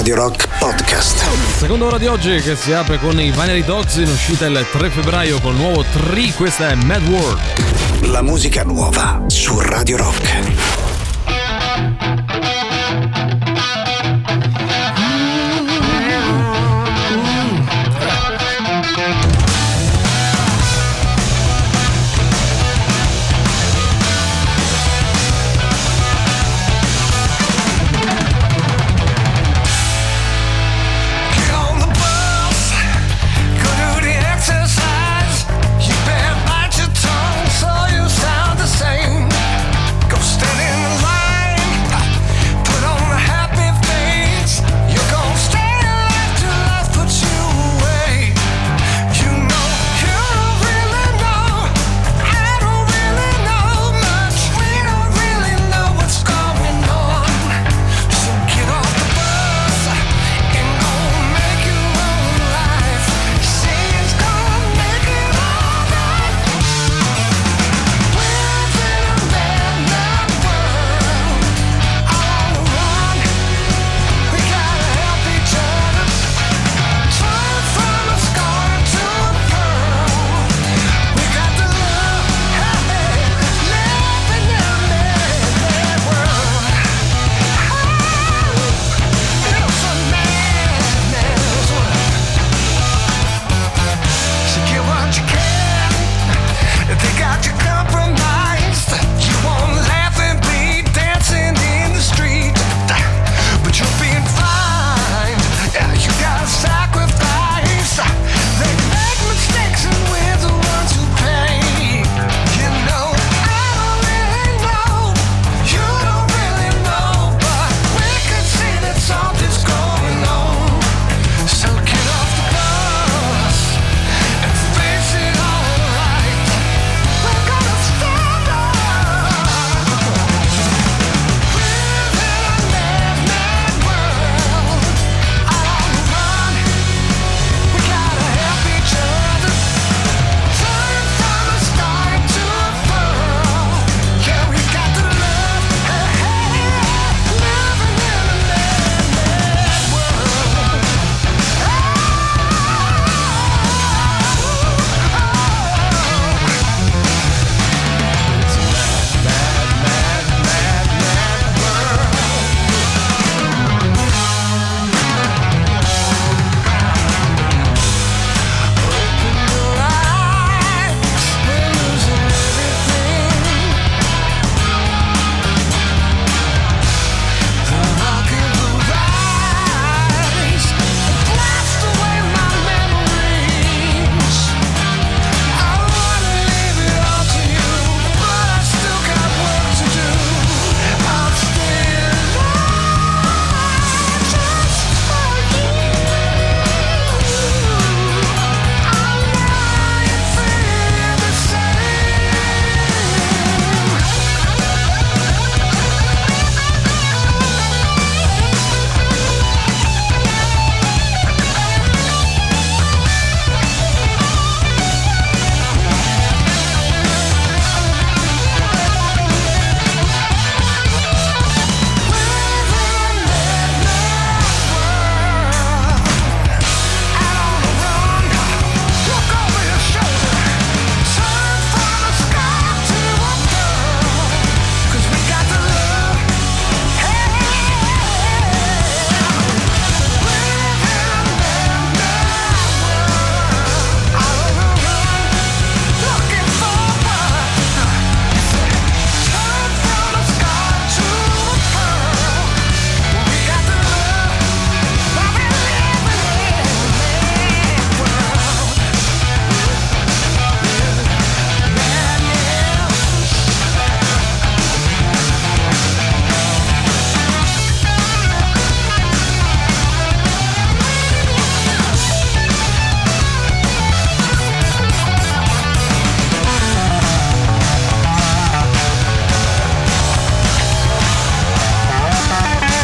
Radio Rock Podcast. Seconda ora di oggi che si apre con i Vinery Dogs, in uscita il tre febbraio col nuovo Tree, questa è Mad World. La musica nuova su Radio Rock.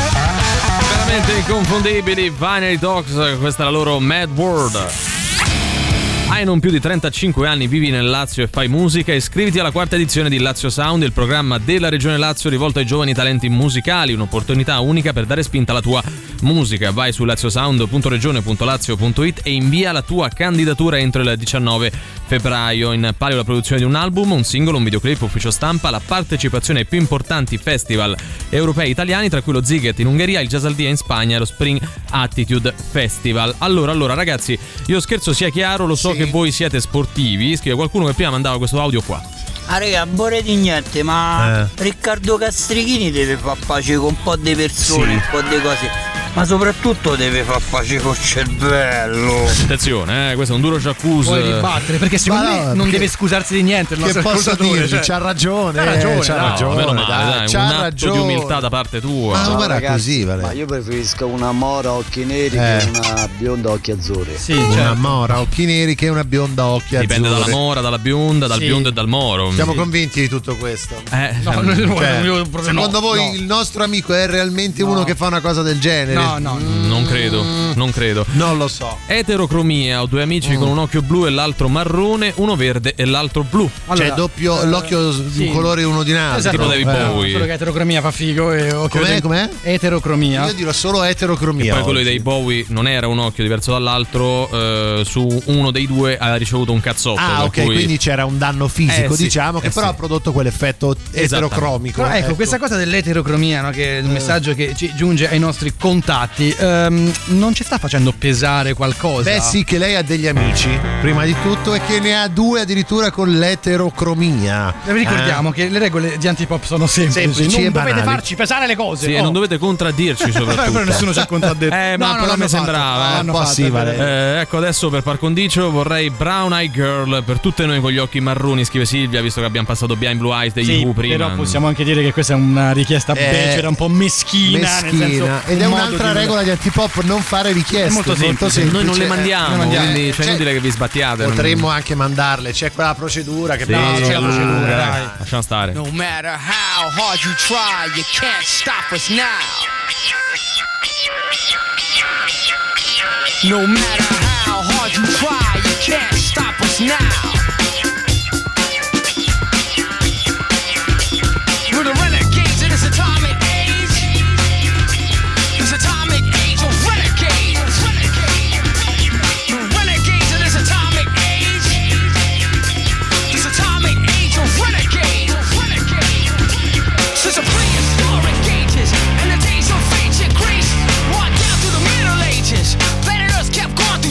Inconfondibili Vinery Dogs, questa è la loro Mad World. Hai non più di trentacinque anni, vivi nel Lazio e fai musica? Iscriviti alla quarta edizione di Lazio Sound, il programma della Regione Lazio rivolto ai giovani talenti musicali, un'opportunità unica per dare spinta alla tua musica. Vai su laziosound punto regione punto lazio punto it e invia la tua candidatura entro il diciannove febbraio. In palio la produzione di un album, un singolo, un videoclip, ufficio stampa, la partecipazione ai più importanti festival europei italiani, tra cui lo Ziget in Ungheria, il Jazz al Dia in Spagna e lo Spring Attitude Festival. Allora, allora ragazzi, io scherzo sia chiaro, lo so Sì. che voi siete sportivi. Scrive qualcuno che prima mandava questo audio qua. Ah raga, bore di niente, ma Eh. Riccardo Castrichini deve far pace con un po' di persone, Sì. un po' di cose. Ma soprattutto deve far pace col cervello. Attenzione, eh, questo è un duro jacuzzi. Puoi ribattere, perché secondo Ma me no, non perché- deve scusarsi di niente il Che nostro posso ascoltatore, dirci? cioè. C'ha ragione, C'ha ragione, eh, c'ha no, ragione. meno male, dai, dai, c'ha un atto ragione. di umiltà da parte tua. Ma non era ragazzi, così, Vale. ma io preferisco una mora occhi neri Eh. che una bionda occhi azzurri. Sì, Una certo. mora occhi neri che una bionda occhi azzurri. Dipende dalla mora, dalla bionda, dal Sì. biondo e dal moro. Siamo Sì. convinti di tutto questo? Eh, No, cioè, no, no, Cioè, io proprio secondo no, voi no. il nostro amico è realmente No. uno che fa una cosa del genere? No, no, no. non credo, non credo. Non lo so. Eterocromia, ho due amici Mm. con un occhio blu e l'altro marrone, uno verde e l'altro blu. Allora, cioè doppio eh, l'occhio di sì. un colore uno di un altro. Esatto. Tipo David Eh. Bowie. Solo che eterocromia fa figo e occhio Com'è, di- com'è? Eterocromia. Io dirò solo eterocromia. Poi quello oggi. dei Bowie non era un occhio diverso dall'altro, eh, su uno dei due ha ricevuto un cazzotto. Ah, per ok, cui- quindi c'era un danno fisico, Eh, sì, diciamo, che eh, però sì. ha prodotto quell'effetto eterocromico. Però ecco, questa cosa dell'eterocromia, no, che è il messaggio che ci giunge ai nostri contatti, ehm, non ci sta facendo pesare qualcosa? Beh sì, che lei ha degli amici, prima di tutto, e che ne ha due addirittura con l'eterocromia. Vi ricordiamo che le regole di Antipop sono semplici, Semplici non e dovete banali. farci pesare le cose. Sì, e oh. non dovete contraddirci soprattutto. Però nessuno ci ha contraddetto. Eh, ma No, no, però l'hanno mi fatto. sembrava. eh. L'hanno Un po' fatto, sì, è Vale. vero. Eh, ecco, adesso per par condicio vorrei Brown Eye Girl per tutte noi con gli occhi marroni, scrive Silvia, visto che abbiamo passato Behind Blue Eyes degli Sì, Who prima. però possiamo anche dire che questa è una richiesta Eh, becera, un po' meschina, nel senso, Meschina. Ed un è modo un'altra di- regola di Antipop, non fare richieste. È molto semplice. Noi non le mandiamo, Eh, non mandiamo. quindi c'è Cioè, inutile che vi sbattiate. Potremmo anche mandarle, c'è quella procedura che Sì, abbiamo c'è la procedura, dai. lasciamo stare. No matter how hard you try, you can't stop us now. No matter how hard you try, you can't stop us now. We're the renegades in this atomic age. This atomic age of renegades. Renegades in this atomic age. This atomic age of renegades. Since the prehistoric ages and the days of ancient Greece, right down through the Middle Ages, planet Earth kept going through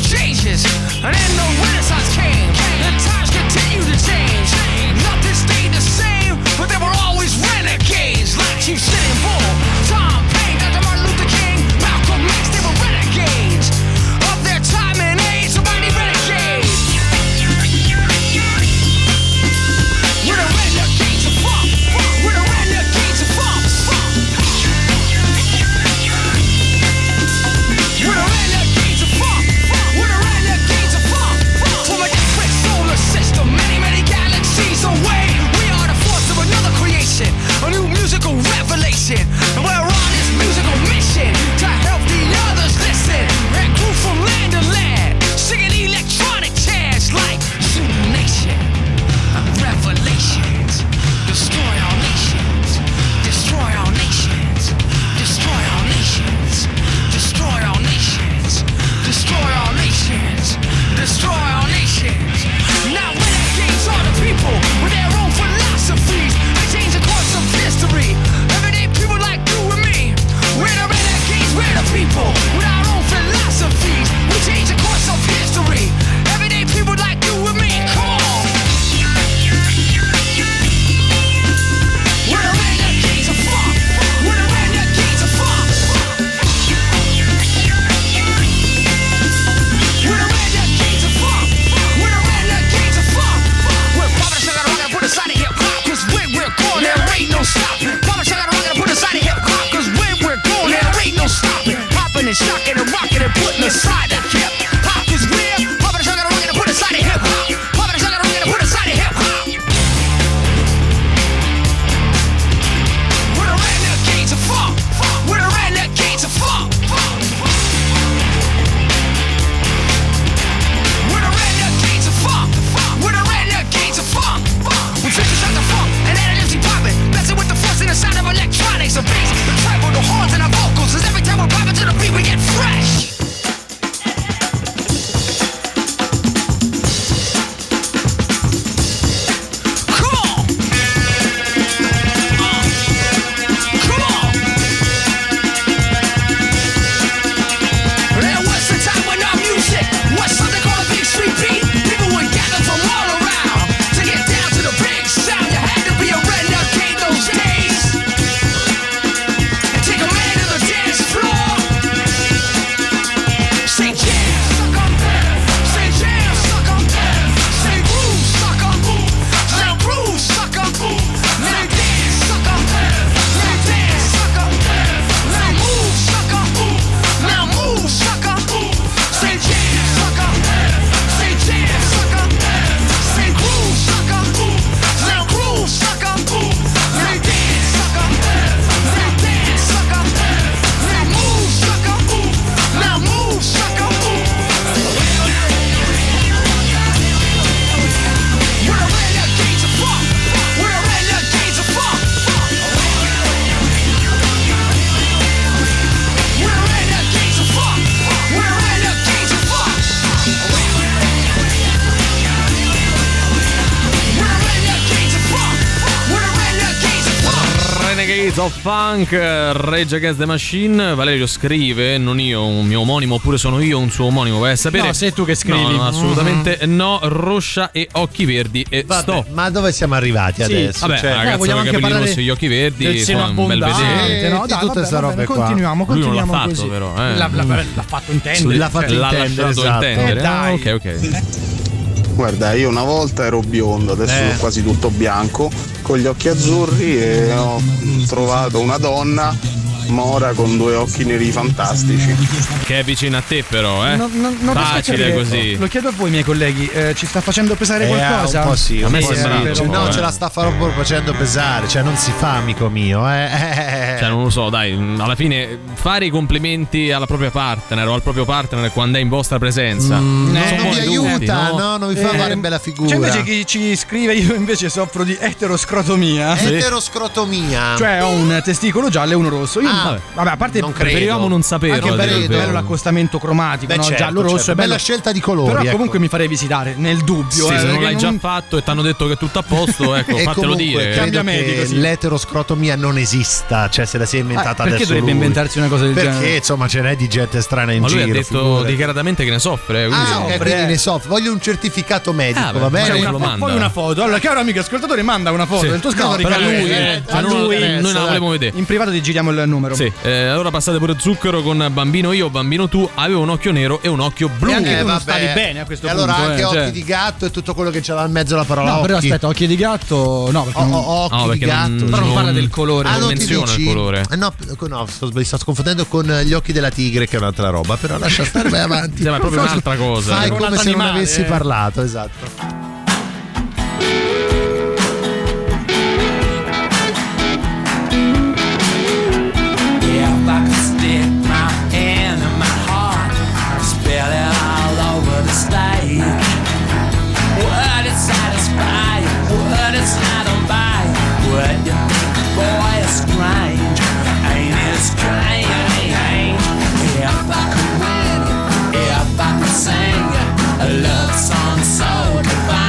of Funk, Rage Against the Machine. Valerio scrive, non io, un mio omonimo, oppure sono io un suo omonimo, vai a sapere. No, sei tu che scrivi. No, no, assolutamente mm-hmm. no. Roscia e occhi verdi e Vabbè, stop. Ma dove siamo arrivati sì. adesso? Vabbè, cioè, ragazzi, no, vogliamo anche parlare rossi e gli occhi verdi, del seno un bel vedere. Eh, no, di dai, tutte queste robe qua. Continuiamo, continuiamo. Lui non l'ha così. fatto, però. Eh. L'ha, l'ha, l'ha fatto intendere. L'ha fatto l'ha intendere, lasciato esatto. intendere. Eh, dai. Ok, ok. Guarda, io una volta ero biondo, adesso Eh. sono quasi tutto bianco, con gli occhi azzurri e ho trovato una donna mora con due occhi neri fantastici. Che è vicino a te, però, eh? Non, non, non riesco a Facile capire. così. Lo chiedo a voi, miei colleghi, eh, ci sta facendo pesare Eh, qualcosa? un po' sì, A me un po' sembra sì. un Cioè, po', no, eh. ce la sta proprio facendo pesare, cioè non si fa, amico mio, eh. Cioè, non lo so, dai, alla fine fare i complimenti alla propria partner o al proprio partner quando è in vostra presenza. Mm, sono non vi buoni aiuta, tutti, no? no? non vi fa Eh, fare bella figura. C'è invece chi ci scrive, io invece soffro di eteroscrotomia. Sì. Eteroscrotomia. Cioè ho un testicolo giallo e uno rosso. Io, Ah, vabbè, a parte non credo. Preferivamo non saperlo. Anche a dire il bello, vero. bello l'accostamento cromatico, Beh, no? certo, Giallo rosso certo. è bello. Bella scelta di colori. Però ecco. comunque mi farei visitare nel dubbio. Sì, eh, se non perché l'hai già fatto e ti hanno detto che è tutto a posto, ecco, E fatelo comunque dire. credo Cambia che medico, sì. l'eteroscrotomia non esista, cioè se la si è inventata Ah, perché adesso dovrebbe lui. inventarsi una cosa del Perché genere? insomma ce n'è di gente strana in Ma lui giro. ha detto figurati. dichiaratamente che ne soffre. Quindi... Ah, ok, quindi ne so. Voglio un certificato medico, Ah, beh, va bene? ma C'è lo una, manda. poi una foto. Allora, caro amico ascoltatore, manda una foto Sì. del tuo No, scato di però carne. lui, Eh, eh, a cioè, non- lui. noi non la volevo vedere. In privato ti giriamo il numero. Sì, eh, allora passate pure zucchero con bambino io, bambino tu. Avevo un occhio nero e un occhio blu. E anche Eh, tu non vabbè. stavi bene a questo e punto. allora anche eh, occhi cioè. di gatto e tutto quello che c'era in mezzo alla parola No, però occhi. aspetta, occhi di gatto. No, perché O- non- o- occhi No, di perché gatto. non- però non parla del colore. Ah, non non ti menziona dici? il colore. Eh, no, no, sto, mi sto confondendo con gli occhi della tigre, che è un'altra roba. Però lascia stare, vai avanti. Sì, ma è proprio un'altra cosa. Fai Un come altro se non animale, avessi eh. parlato, esatto. If I could stick my hand in my heart, spill it all over the stage. Would it satisfy you? Would it satisfy you? Would you think, boy, it's strange? Ain't it strange? If I could win, if I could sing a love song so divine.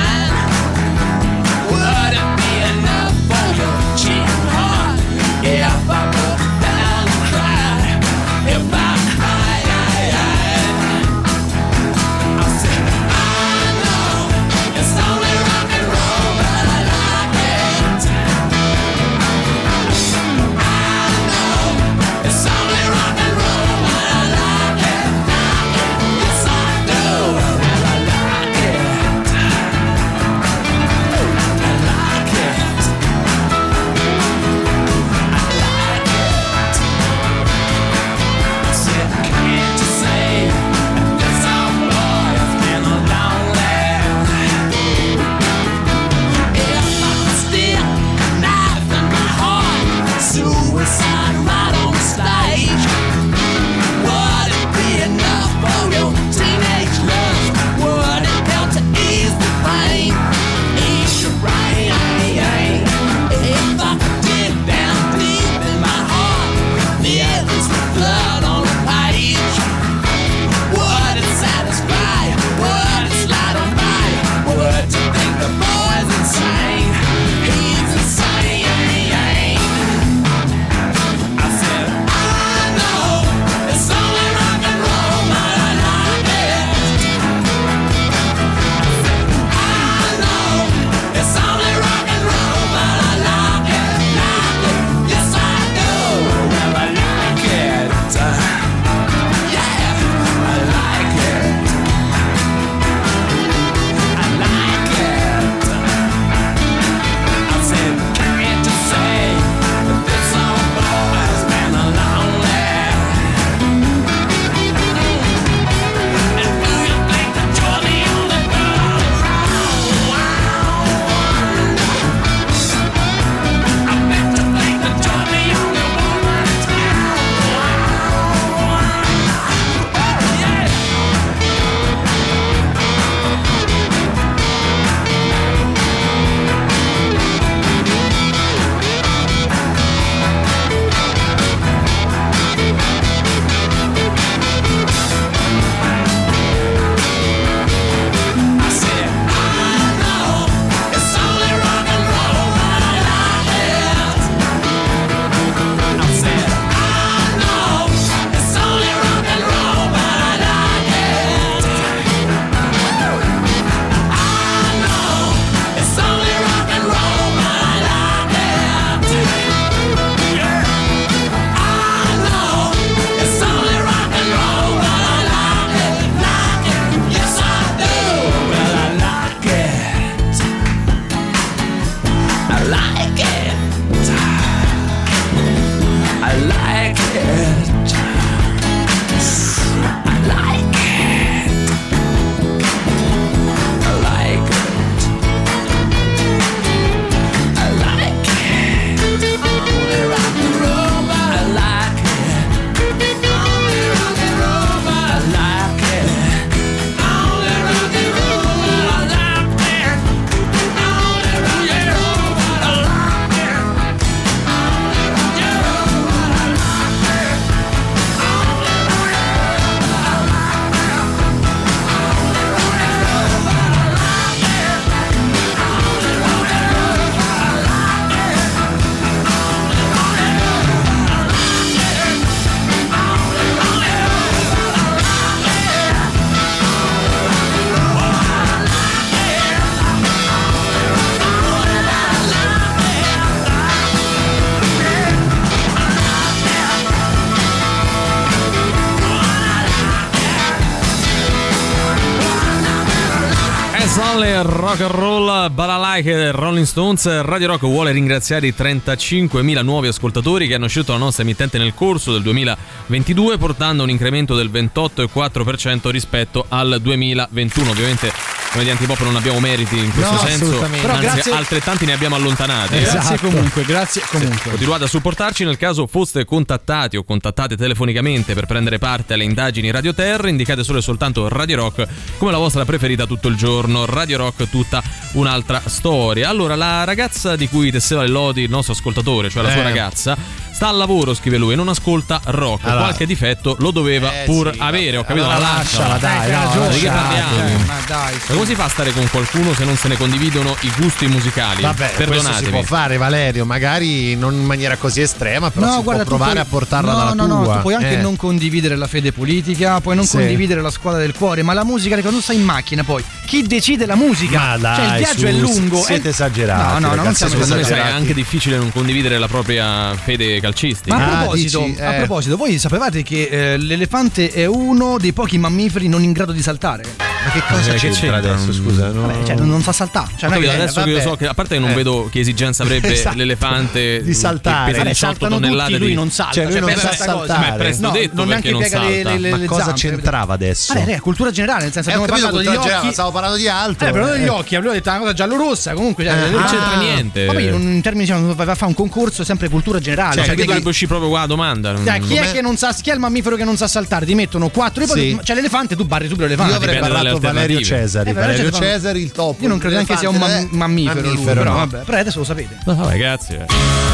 Only rock and roll, Balalike, Rolling Stones. Radio Rock vuole ringraziare i trentacinquemila nuovi ascoltatori che hanno scelto la nostra emittente nel corso del duemilaventidue, portando un incremento del ventotto virgola quattro per cento rispetto al duemilaventuno. Ovviamente noi di Antipop non abbiamo meriti in questo no, senso, però anzi grazie... altrettanti ne abbiamo allontanati. Esatto. eh. Grazie comunque, grazie comunque. Continuate a supportarci nel caso foste contattati o contattate telefonicamente per prendere parte alle indagini Radio Terra. Indicate solo e soltanto Radio Rock come la vostra preferita tutto il giorno. Radio Rock, tutta un'altra storia. Allora, la ragazza di cui tesseva le lodi il nostro ascoltatore, cioè la eh. sua ragazza, sta al lavoro, scrive lui, e non ascolta rock. Allora. Qualche difetto lo doveva Eh, pur sì, avere. Ho capito, allora la lasciala, lasciala. dai, no, no, di che parliamo? Ma dai, Ma come si fa a stare con qualcuno se non se ne condividono i gusti musicali? Vabbè, questo si Perdonatemi. può fare, Valerio, magari non in maniera così estrema, però no, si guarda, può provare puoi... a portarla no, dalla no, tua. No, tu puoi anche eh. non condividere la fede politica, puoi non Sì. condividere la squadra del cuore, ma la musica, quando stai in macchina poi, chi decide la musica? Ma dai, cioè il viaggio su, è lungo. siete eh... esagerati. No, no, no, non ragazzi, siamo Secondo me sai, è esagerati. anche difficile non condividere la propria fede calcistica. Ma a Ah, proposito, dici, eh. a proposito, voi sapevate che eh, l'elefante è uno dei pochi mammiferi non in grado di saltare? Ma che cosa Eh, che c'entra, c'entra? adesso? Scusa, no? Vabbè, cioè, non, non sa saltare. Cioè, non è Capito, che- adesso che io vabbè. so che, a parte che non Eh. vedo che esigenza avrebbe Esatto. l'elefante Di saltare. che pesa Vabbè, diciotto saltano tonnellate tutti, lui di... non salta. Cioè, lui cioè, non per sa questa cosa. saltare. Ma è presto No, detto non perché neanche non piega le, salta. le, le, Ma le cosa zampe. c'entrava adesso? Vabbè, raga, cultura generale, nel senso Eh, ho abbiamo capito, parlato degli cultura generale, occhi. stavo parlando di altro. Eh, però degli Eh. occhi, avevo detto una cosa giallo-rossa, comunque cioè, Eh, Non Ah. c'entra niente. Ma poi in termini diciamo, vai a fare un concorso è sempre cultura generale. Cioè, Cioè, perché devi- dovrebbe uscire proprio qua la domanda? Dai, chi è Com'è? che non sa, chi è il mammifero che non sa saltare? Ti mettono quattro e poi Sì. c'è l'elefante, tu barri subito l'elefante. Io avrei dipende dalle parlato Valerio alternative. Cesari. Eh, Valerio Valerio Cesari- Cesari, il topo. Io non credo neanche sia un mam- Eh, mammifero, lui, mammifero, però no. vabbè, però adesso lo sapete. No, vabbè, grazie. eh.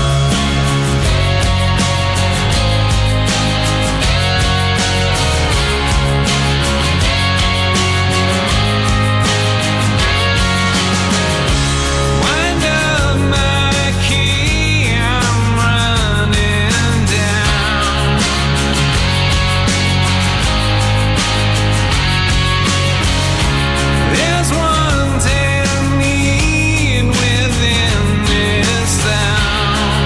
Wind up my key, I'm running down. There's one damn need within this sound.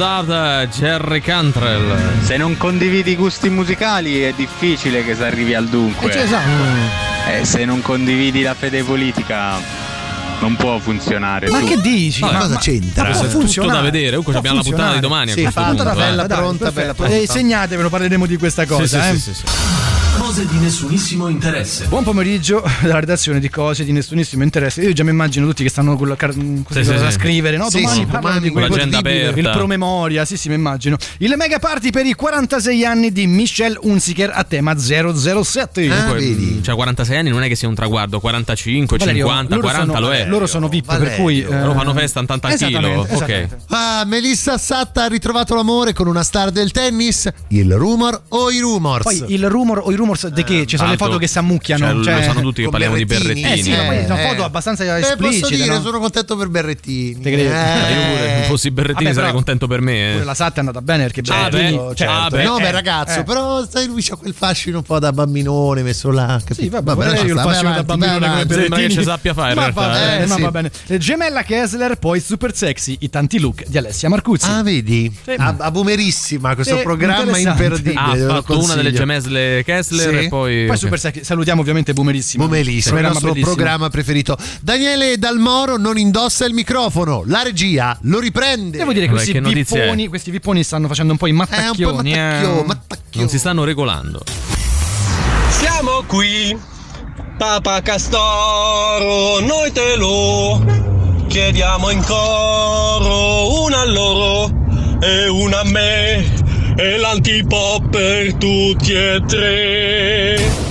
Doubt, Jerry Cantrell. Se non condividi i gusti musicali è difficile che si arrivi al dunque. Eh, cioè, esatto. Mm. Eh, se non condividi la fede politica non può funzionare. Ma tu. che dici? Ma cosa c'entra? Ma può Tutto funzionare. da vedere. Comunque Può abbiamo la puntata di funzionare. domani. Sì, a questo fatta, punto, bella, eh. bella, pronta, bella, pronta. Eh, segnatevelo, parleremo di questa cosa. Sì, eh. sì, sì, sì, sì. Cose di nessunissimo interesse. Buon pomeriggio dalla redazione di Cose di nessunissimo interesse. Io già mi immagino tutti che stanno con la car- così Sì, sì, da sì. scrivere, no? Sì, Domani sì, parlano domani di quel con l'agenda aperta. il promemoria, sì, sì, mi immagino. Il mega party per i quarantasei anni di Michelle Hunziker a tema zero zero sette. Ah, Comunque, vedi. cioè quarantasei anni non è che sia un traguardo, quarantacinque, Valerio, cinquanta, loro quaranta sono, lo è. Loro sono V I P, Valerio. per cui Loro fanno festa a tanta chilo. Esattamente, Ok. esattamente. Ah, Melissa Satta ha ritrovato l'amore con una star del tennis. Il rumor o i rumors? Poi il rumor o i rumors di che? Ci sono le Tanto, foto che si ammucchiano. cioè, lo sanno tutti che con parliamo di berrettini. berrettini. Eh sì, ma poi Eh, sono eh. foto abbastanza Eh, esplicite. posso dire, no? sono contento per Berrettini. Te credo. Eh, io pure, se fossi Berrettini Vabbè, sarei però- contento per me. Pure Eh. la Satta è andata bene perché Ah, Berrettini, beh, certo. ah, beh. no, Eh, beh, ragazzo, eh. però sai, lui c'ha quel fascino un po' da bambinone messo là. Capito? Sì, vabbè, Vabbè, io il basta, fascino vai da avanti, bambino vai come avanti. Sembra che Berrettini. ci sappia fare in ma realtà, va bene, eh, ma sì. va bene. Gemella Kessler, poi Super Sexy, i tanti look di Alessia Marcuzzi. Ah, vedi? Sì. A, a boomerissima, questo Sì, programma interessante. imperdibile. Ha ve lo fatto una delle consiglio. gemelle Kessler Sì. e poi. Poi ok. Super Sexy, salutiamo ovviamente Boomerissimo. Boomerissimo, il Programma nostro bellissimo. programma preferito. Daniele Dalmoro non indossa il microfono, la regia lo riprende. Devo dire che Vabbè, questi che notizia vipponi, questi vipponi stanno facendo un po' i È un po' mattacchioni. mattacchio, eh. mattacchio. Non si stanno regolando. Siamo qui, Papa Castoro, noi te lo chiediamo in coro, una a loro e una a me, e l'antipop per tutti e tre.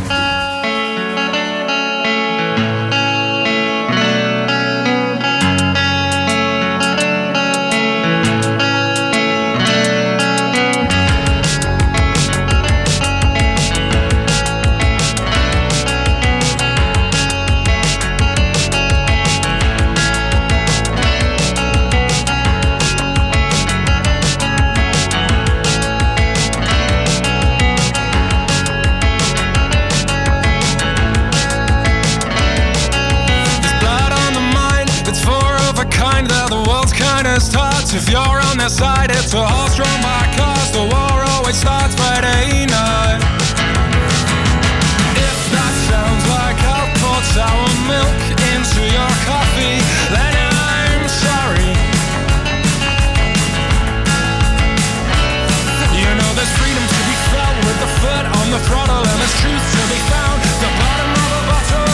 If you're on their side, it's a horse drawn by cars. The war always starts Friday night. If that sounds like I've poured sour milk into your coffee, then I'm sorry. You know there's freedom to be felt with the foot on the throttle, and there's truth to be found at the bottom of a bottle.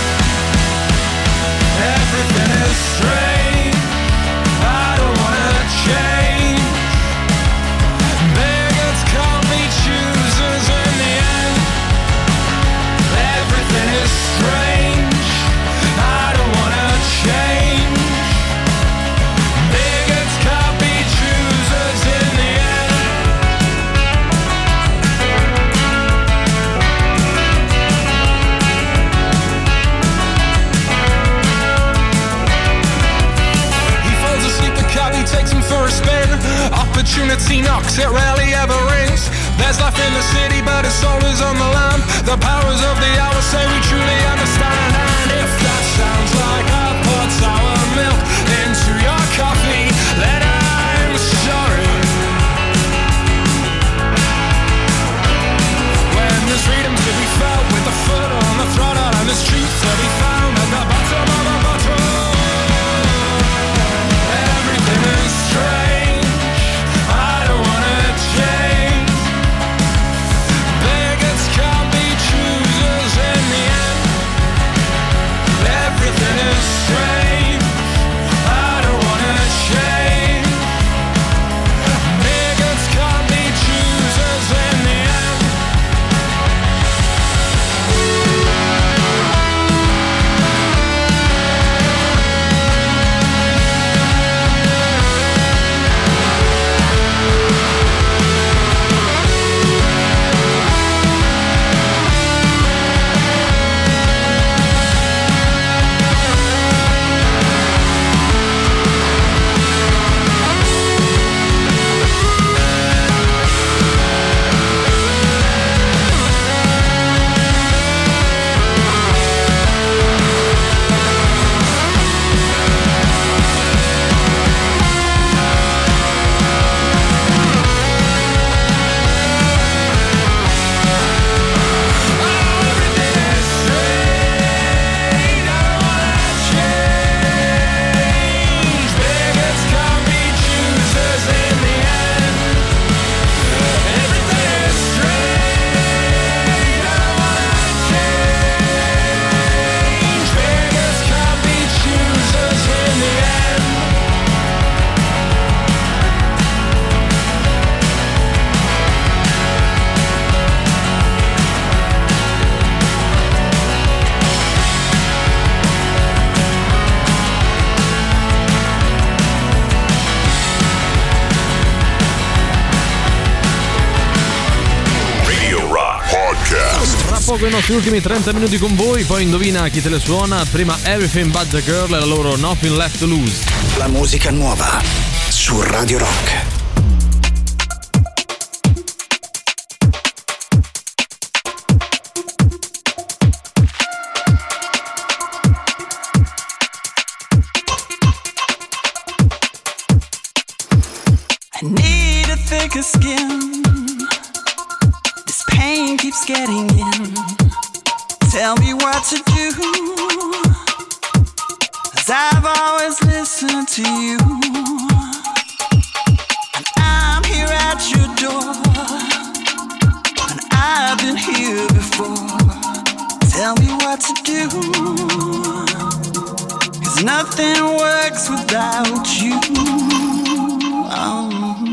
Everything is strange. I don't wanna change. Beggars can't be choosers in the end. Everything is strange. I don't wanna change. Beggars can't be choosers in the end. He falls asleep, the cabbie takes him for a spin. Opportunity knocks, it rarely ever rings. There's life in the city, but it's always on the lam. The powers of the hour say we truly understand. And if that sounds like I put sour milk into your coffee, then I'm sorry. When there's freedom to be felt with the foot on the throttle, and there's truth to be found at the bottom of a bottle. Everything is strange. I don't wanna change. Beggars can't be choosers Podcast. Tra poco i nostri ultimi trenta minuti con voi, poi indovina chi te le suona. Prima Everything But The Girl e la loro Nothing Left To Lose. La musica nuova su Radio Rock. I need a thicker skin. This pain keeps getting in. Tell me what to do, 'cause I've always listened to you. And I'm here at your door, and I've been here before. Tell me what to do, 'cause nothing works without you. Oh.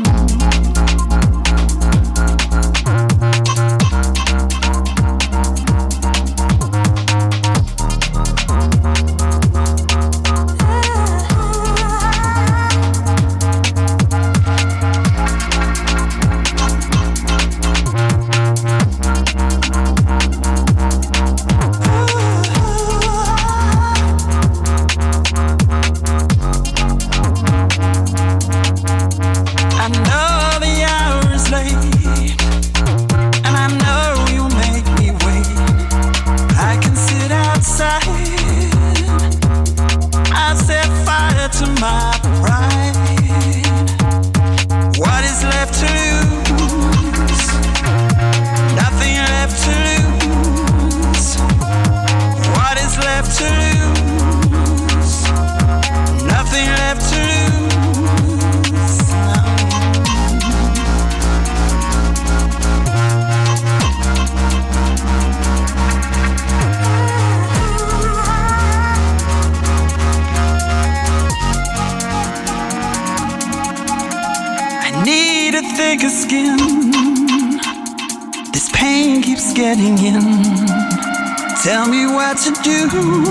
Getting in. Tell me what to do.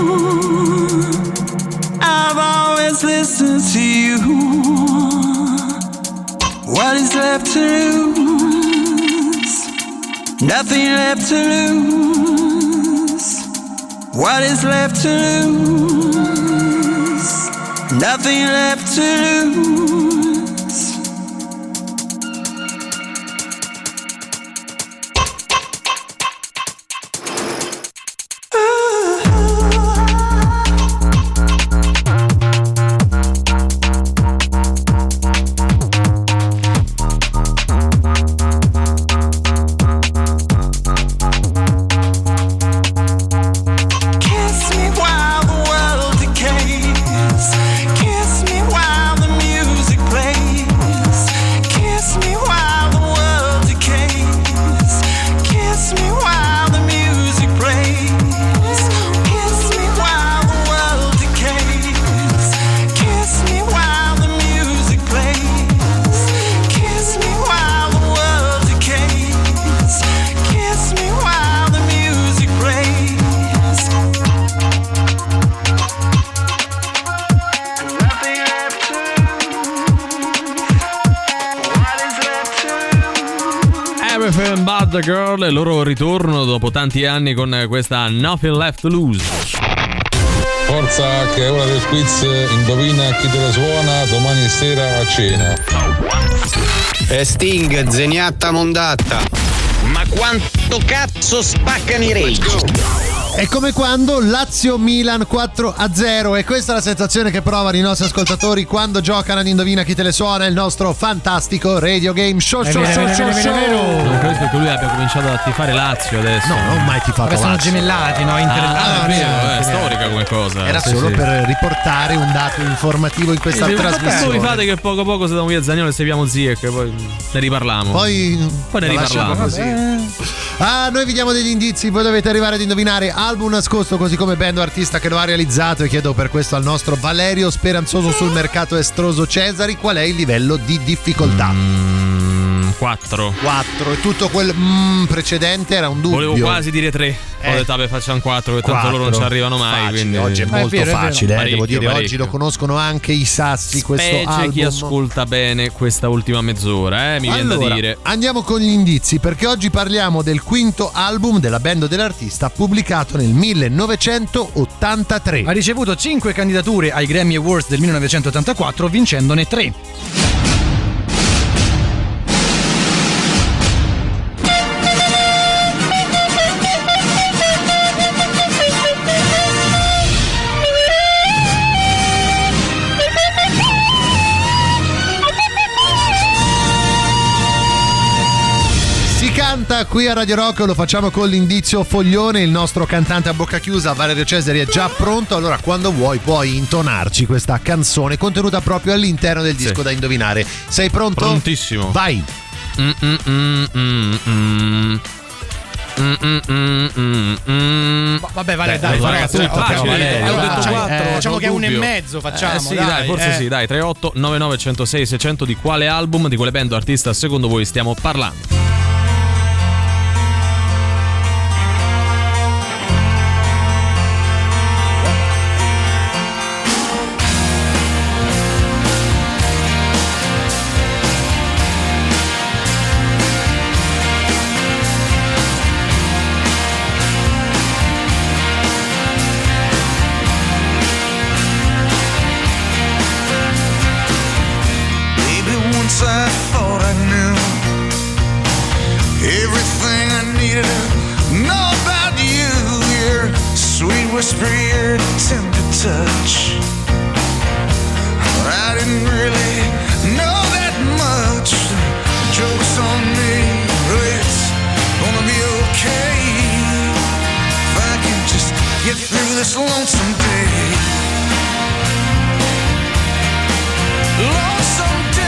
I've always listened to you. What is left to lose? Nothing left to lose. What is left to lose? Nothing left to lose. The Girl, il loro ritorno dopo tanti anni con questa Nothing Left to Lose. Forza che è ora del quiz, indovina chi te la suona domani sera a cena. E Sting, zeniatta mondatta. Ma quanto cazzo spaccano i rage? È come quando Lazio-Milan quattro a zero, e questa è la sensazione che provano i nostri ascoltatori quando giocano ad Indovina chi te le suona, il nostro fantastico radio game show. show, show, show, show. Non credo che lui abbia cominciato a tifare Lazio adesso. No, non ho mai tifato Lazio. Sono gemellati, no? Inter- ah, ah, è vero, è storica come cosa. Era sì, solo sì. per riportare un dato informativo in questa sì, trasmissione. Voi fate che poco a poco stiamo via Zagnolo e seguiamo Zie, che poi ne riparliamo. Poi, poi ne riparliamo così. Ah, noi vi diamo degli indizi, voi dovete arrivare ad indovinare album nascosto, così come band o artista che lo ha realizzato, e chiedo per questo al nostro Valerio Speranzoso sul mercato estroso Cesari qual è il livello di difficoltà. Mm, quattro. quattro e tutto quel mm, precedente era un dubbio. Volevo quasi dire tre. Ho detto vabbè, facciamo quattro, che tanto loro non ci arrivano mai. Facile. Quindi... Oggi è molto è vero, facile, è eh, vero. devo dire. Parecchio, Oggi lo conoscono anche i sassi. Questo Specie album. chi ascolta bene questa ultima mezz'ora, eh, mi viene Allora, da dire. Andiamo con gli indizi, perché oggi parliamo del quinto album della band dell'artista, pubblicato nel millenovecentottantatré. Ha ricevuto cinque candidature ai Grammy Awards del millenovecentottantaquattro, vincendone tre. Qui a Radio Rock lo facciamo con l'indizio foglione. Il nostro cantante a bocca chiusa, Valerio Cesari, è già pronto. Allora, quando vuoi puoi intonarci questa canzone contenuta proprio all'interno del disco sì. da indovinare. Sei pronto? Prontissimo. Vai. Mm, mm, mm, mm, mm. Mm, mm, mm, mm, mm. Vabbè, Vale, dai, dai, ragazzi, dai, è facile. dai, Ho dai, detto dai, quattro, eh, facciamo ho che è un e dubbio. mezzo, facciamo. Eh sì, dai, dai, forse eh. sì, dai. tre otto nove nove uno zero sei sei zero zero. Di quale album, di quale band o artista secondo voi stiamo parlando? I thought I knew everything I needed to know about you. Your sweet whisper, your tender touch. I didn't really know that much. Joke's on me, but it's gonna be okay if I can just get through this lonesome day. Lonesome day.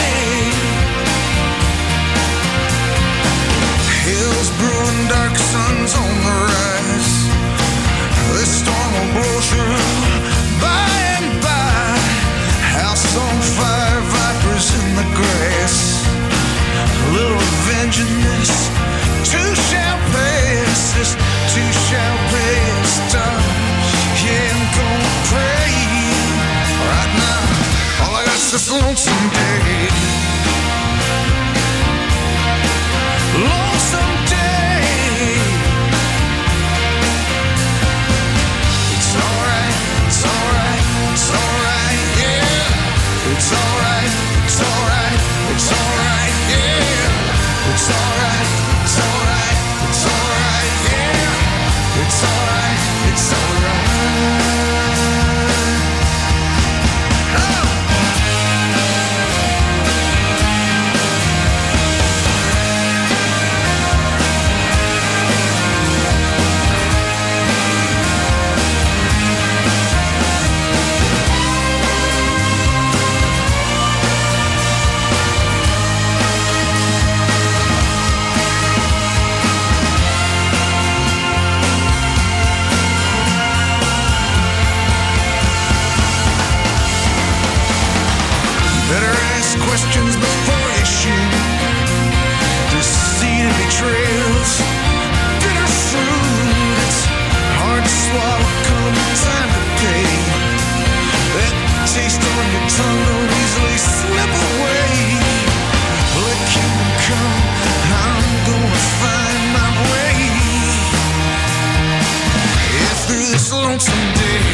Hills brewing, dark suns on the rise. This storm will blow through by and by. House on fire, vipers in the grass. A little revenge in this too shall pass. This too shall pass. Yeah, I'm gonna pray right now. All I got's this lonesome day. Lonesome day. It's alright, it's alright, it's alright, yeah. It's alright, it's alright, it's alright, yeah. It's alright, it's alright, it's alright, yeah. It's alright, it's alright. Better ask questions before you shoot. Deceit and betrayals, bitter fruit. It's hard to swallow, come time to pay. That taste on your tongue don't easily slip away. Let kingdom come, I'm gonna find my way. Yeah, through this lonesome day.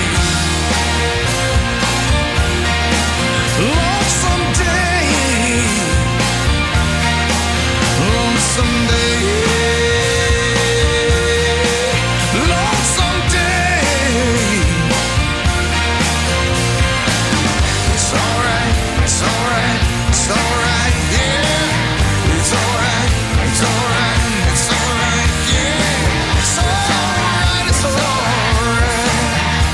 Lonesome day, lonesome day, lonesome day. It's alright, it's alright, it's alright, yeah. It's alright, it's alright, it's alright, yeah. It's alright, it's alright.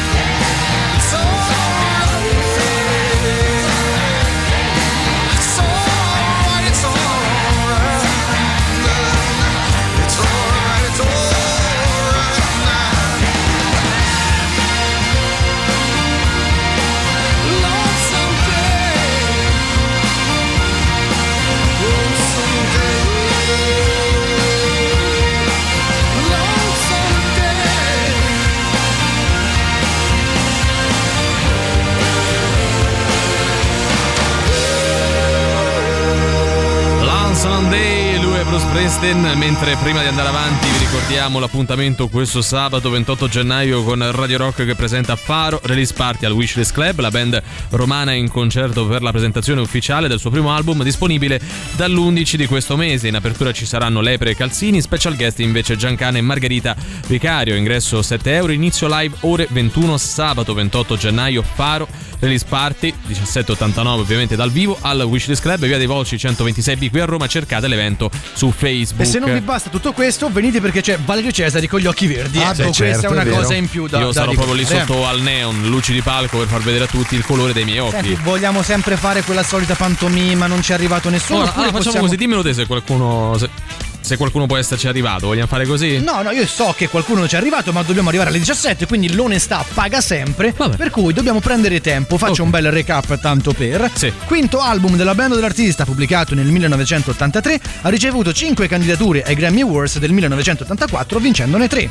Springsteen. Mentre prima di andare avanti vi ricordiamo l'appuntamento questo sabato ventotto gennaio con Radio Rock che presenta Faro, release party al Wishlist Club. La band romana è in concerto per la presentazione ufficiale del suo primo album, disponibile dall'undici di questo mese. In apertura ci saranno Lepre e Calzini, special guest invece Giancana e Margherita Vicario. Ingresso sette euro, inizio live ore ventuno sabato ventotto gennaio. Faro, release party diciassette ottantanove ovviamente dal vivo al Wishlist Club, via dei Volsci centoventisei B qui a Roma. Cercate l'evento su Facebook. E se non vi basta tutto questo, venite perché c'è Valerio Cesari con gli occhi verdi. Ah, ecco, beh, questa certo, è una è vero. cosa in più da Io da sarò proprio lì ricordare. sotto al neon, luci di palco per far vedere a tutti il colore dei miei occhi. Senti, vogliamo sempre fare quella solita pantomima, non ci è arrivato nessuno. Allora, oppure allora, facciamo possiamo- così, dimmelo te se qualcuno se, se qualcuno può esserci arrivato. Vogliamo fare così? No, no, io so che qualcuno ci è arrivato, ma dobbiamo arrivare alle diciassette, quindi l'onestà paga sempre. Per cui dobbiamo prendere tempo. Faccio Okay. un bel recap tanto per. Sì. Quinto album della band dell'artista, pubblicato nel millenovecentottantatré, ha ricevuto cinque candidature ai Grammy Awards del millenovecentottantaquattro, vincendone tre.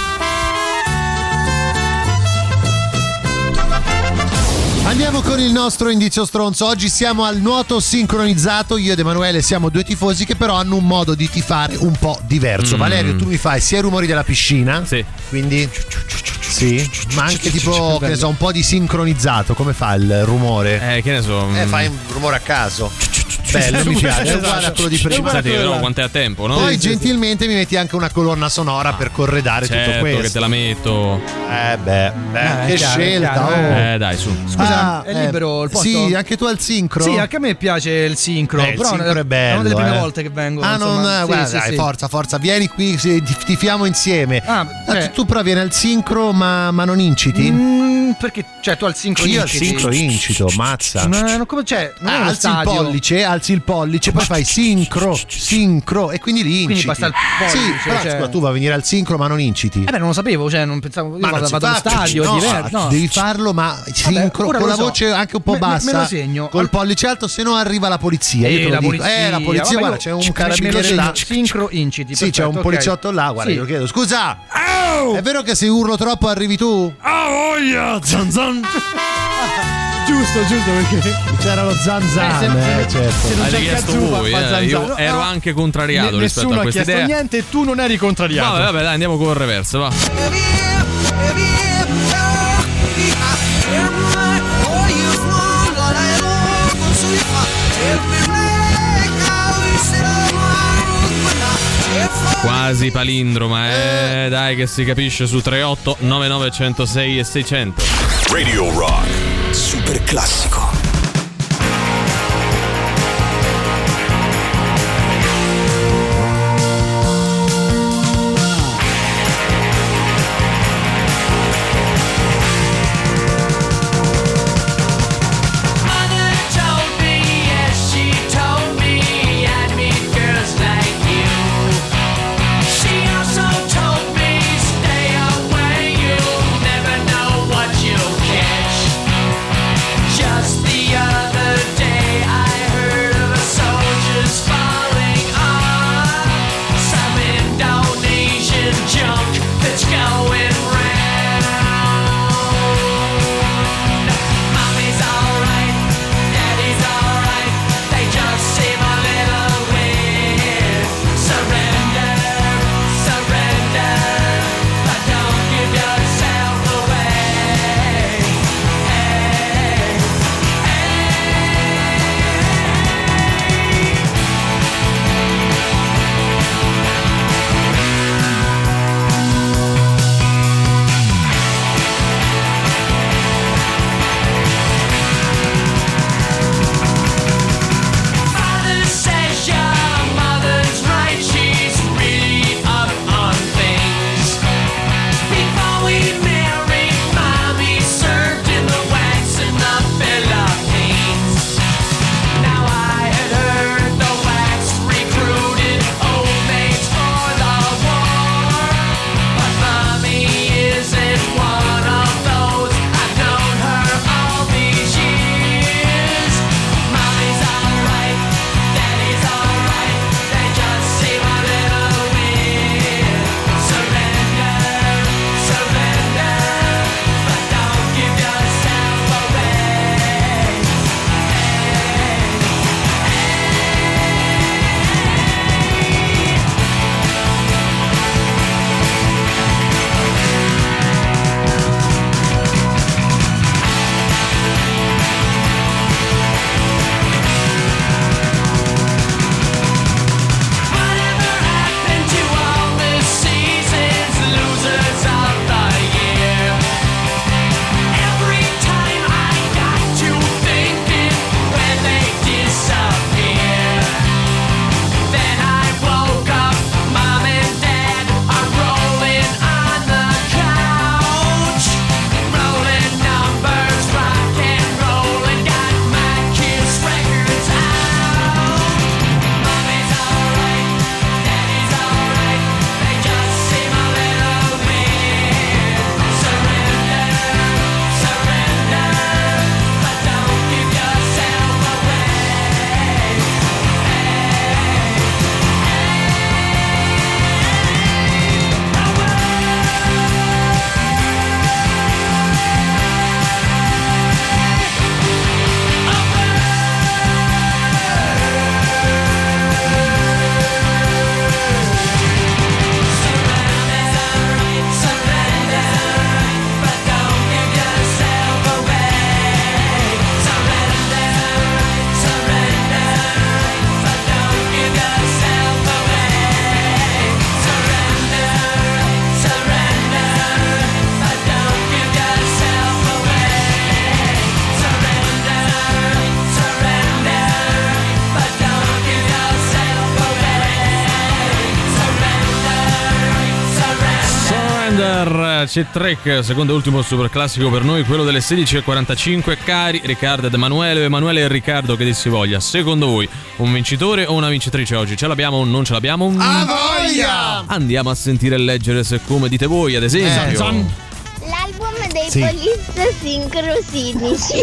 Andiamo con il nostro indizio stronzo. Oggi siamo al nuoto sincronizzato. Io ed Emanuele siamo due tifosi che però hanno un modo di tifare un po' diverso. Mm. Valerio, tu mi fai sia i rumori della piscina. Sì. Quindi sì, ma anche tipo, che ne so, un po' di sincronizzato. Come fa il rumore? Eh, che ne so. Eh, mm. fai un rumore a caso. Bello, mi piace. È uguale a quello di prima. Pensate, però, quanto è a tempo, no? Poi gentilmente mi metti anche una colonna sonora per corredare Certo tutto questo. che te la metto. Eh beh, beh, Eh, che è chiaro, è scelta. chiaro, oh. Eh, dai, su. Scusa, Ah, è libero eh, il posto? Sì, anche tu al sincro? Sì, anche a me piace il sincro. Eh, il però sincro è bello, è una delle prime eh. volte che vengo. Ah, insomma. non, Sì, guarda, sì, dai, sì. forza, forza, vieni qui, sì, ti- tifiamo insieme. Ah, Ah, eh. tu, tu provieni al sincro, ma, ma non inciti? Mm, perché, cioè, tu al sincro Io al inciti? sincro incito, mazza. Ma non come c'è? Non è Ah, uno alzi il stadio. pollice, alzi il pollice, poi fai sincro, sincro, e quindi lì inciti. Quindi basta il pollice, Sì, però cioè- scusa, tu vai a venire al sincro, ma non inciti. Eh beh, non lo sapevo, cioè, non pensavo. Io Ma vado, non si vado allo fa, stadio, no, è diverso. No. devi farlo, ma sincro, ora con lo la so. voce anche un po' Me- me- bassa. me lo segno. Col pollice alto, se no arriva la polizia. Io Eh, te lo la dico. polizia. Eh, la polizia, Vabbè, guarda, io- c'è un me lo carabiniere segno. là. Sincro inciti. Sì, c'è perfetto, un ok. poliziotto là, guarda, Sì. glielo chiedo. Scusa! È vero che se urlo troppo arrivi tu? Ah, voglia! Zan zan! Giusto, giusto, perché c'era lo zanzan. Eh, se- eh, se- certo. se non Avete c'è chiesto Cazzu, voi, fa eh. zanzan. Io ero Ah, anche contrariato ne- rispetto nessuno a ha questa chiesto idea. niente e tu non eri contrariato. Vabbè, vabbè, dai, andiamo con il reverse, va. Quasi palindroma, eh, dai che si capisce su tre otto nove nove uno zero sei e seicento. Radio Rock. Super classico. Just Wonder, c'è Trek, secondo e ultimo super classico per noi, quello delle sedici e quarantacinque. Cari Riccardo ed Emanuele, Emanuele e Riccardo, che dir si voglia, secondo voi un vincitore o una vincitrice oggi? Ce l'abbiamo o non ce l'abbiamo? A voglia! Andiamo a sentire e leggere se come dite voi, ad esempio. Eh, son... L'album dei sì. Police sincrosinici.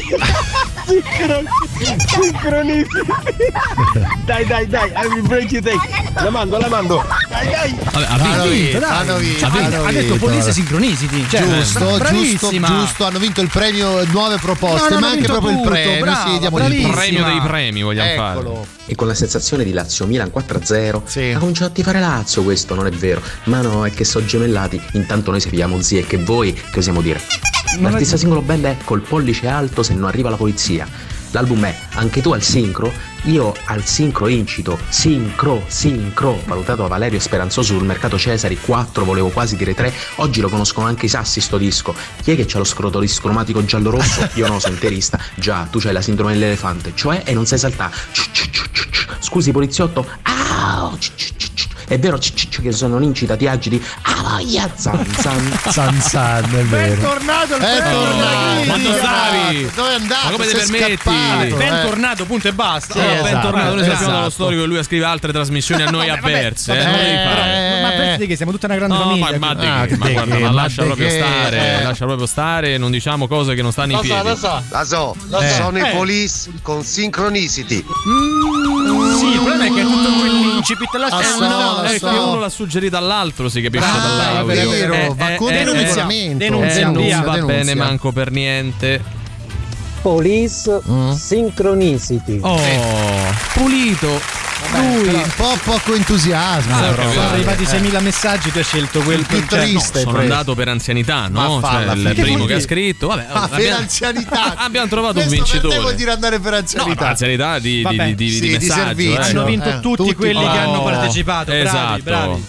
Sincronisi. Dai, dai, dai, I will break you take. La mando, la mando. Dai, dai. Vabbè, ha vinto, dai. Hanno vinto, Cioè, hanno ha detto vinto. Police sincronicity. Cioè, giusto, bra- giusto, bravissima. giusto. Hanno vinto il premio Nuove Proposte, No, ma hanno anche vinto proprio tutto, il premio. brava, sì, diamo Il il premio dei premi vogliamo Eccolo. fare. E con la sensazione di Lazio-Milan quattro a zero sì. ha cominciato a tifare Lazio, questo non è vero. Ma no, è che so gemellati, intanto noi sappiamo zie che voi, che osiamo dire. L'artista singolo band è Col pollice alto se non arriva la polizia. L'album è Anche tu al sincro, io al sincro incito, sincro, sincro, valutato a Valerio Speranzoso sul mercato Cesari, quattro, volevo quasi dire tre, oggi lo conoscono anche i sassi sto disco. Chi è che c'ha lo scroto riscromatico giallo-rosso? Io no, sono interista. Già, tu c'hai la sindrome dell'elefante, cioè e non sai saltare. Scusi poliziotto, au, è vero che sono incita, ti agiti, ah voglia, zan zan zan zan, è vero. Bentornato al È premio. tornato. Ma dove stavi? Dove è andato? Ma come ti Sei permetti? scappato, Bentornato, punto e basta. Sì, Oh, esatto. Bentornato, noi sappiamo dallo Esatto. storico che lui scrive altre trasmissioni a noi Vabbè, vabbè, avverse. vabbè, eh, non lo devi eh, fare. eh, Ma pensi che siamo tutta una grande No, famiglia? ma, ma, qui? di Ah, che? Ma di guarda, che? ma Ma lascia di proprio che? stare, Eh. lascia proprio stare, non diciamo cose che non stanno in piedi. La so, Eh. sono Eh. i Police con Synchronicity. Sì, il problema è che tutto quell'incipit là Ah, è so, No, lo è so. che uno l'ha suggerita all'altro, si capisce Ah, dall'audio. è vero, Eh, va eh, contro eh, il eh, regolamento. denunzia, eh, non via. va denunzia. bene manco per niente. Police Mm. Synchronicity. Oh, pulito. Lui un po' poco entusiasmo. Ah, però. ok, Sono arrivati Eh. seimila messaggi, tu hai scelto quel più cioè, triste. Sono preso. andato per anzianità, no? Ma falla, Cioè, il che primo vuol che ha dire? scritto. Vabbè, Ma per abbiamo, anzianità. abbiamo trovato un Questo per vincitore. te vuol dire andare per No, anzianità. ma anzianità di, di, Vabbè, di, di, sì, di di messaggio. servizio. eh. Hanno no? vinto Eh, tutti tutti quelli qua. che hanno Oh, partecipato. Bravi, esatto. bravi.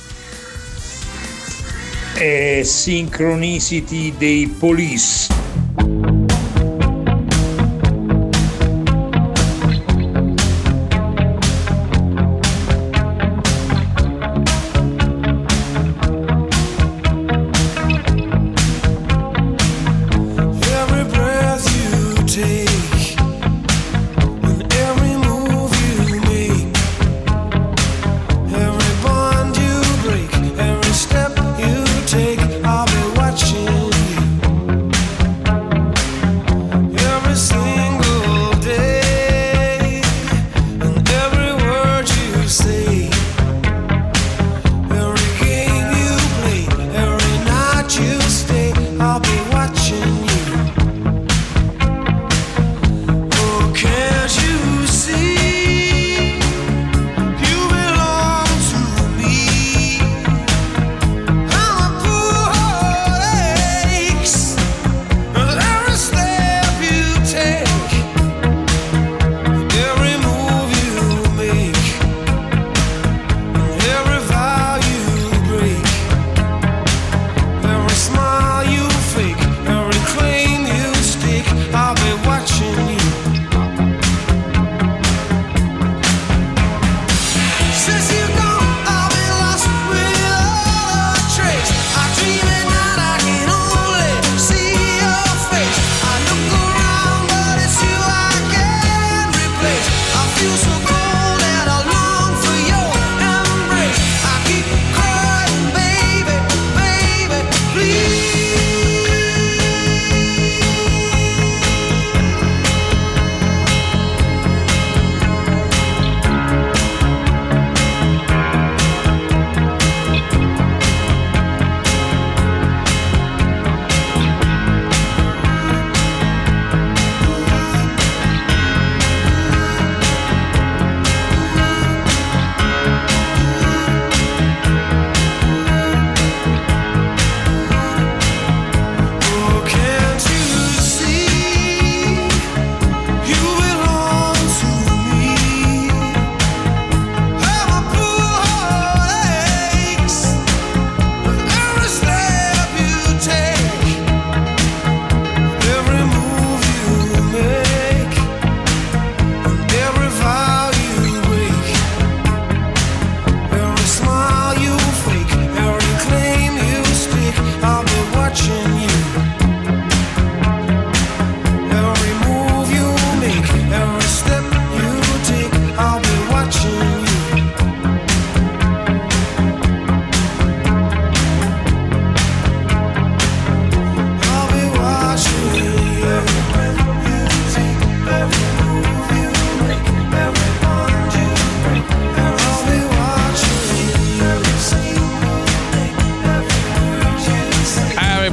E Synchronicity dei Police. Every breath you take and every move you make, every bond you break, every step you take, I'll be watching you.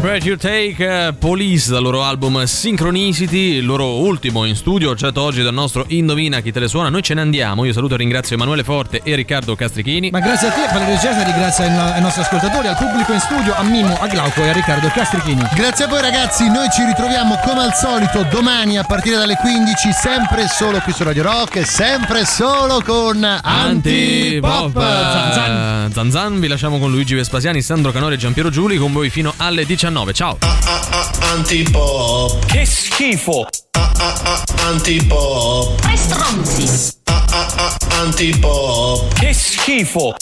Breath You Take, Police dal loro album Synchronicity, il loro ultimo in studio, oggetto oggi del nostro Indovina chi te le suona. Noi ce ne andiamo, io saluto e ringrazio Emanuele Forte e Riccardo Castrichini. Ma grazie a te Valerio Cesari, grazie ai nostri ascoltatori, al pubblico in studio, a Mimmo, a Glauco e a Riccardo Castrichini. Grazie a voi ragazzi, noi ci ritroviamo come al solito domani a partire dalle quindici, sempre solo qui su Radio Rock e sempre solo con Antipop. Zan zan. Zan zan, vi lasciamo con Luigi Vespasiani, Sandro Canori e Giampiero Giuli, con voi fino alle diciannove. Ciao. Antipop. Che schifo. Antipop. Tre stronzi. Antipop. Che schifo.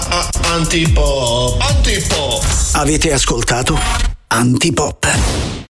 Antipop. Antipop. Avete ascoltato Antipop.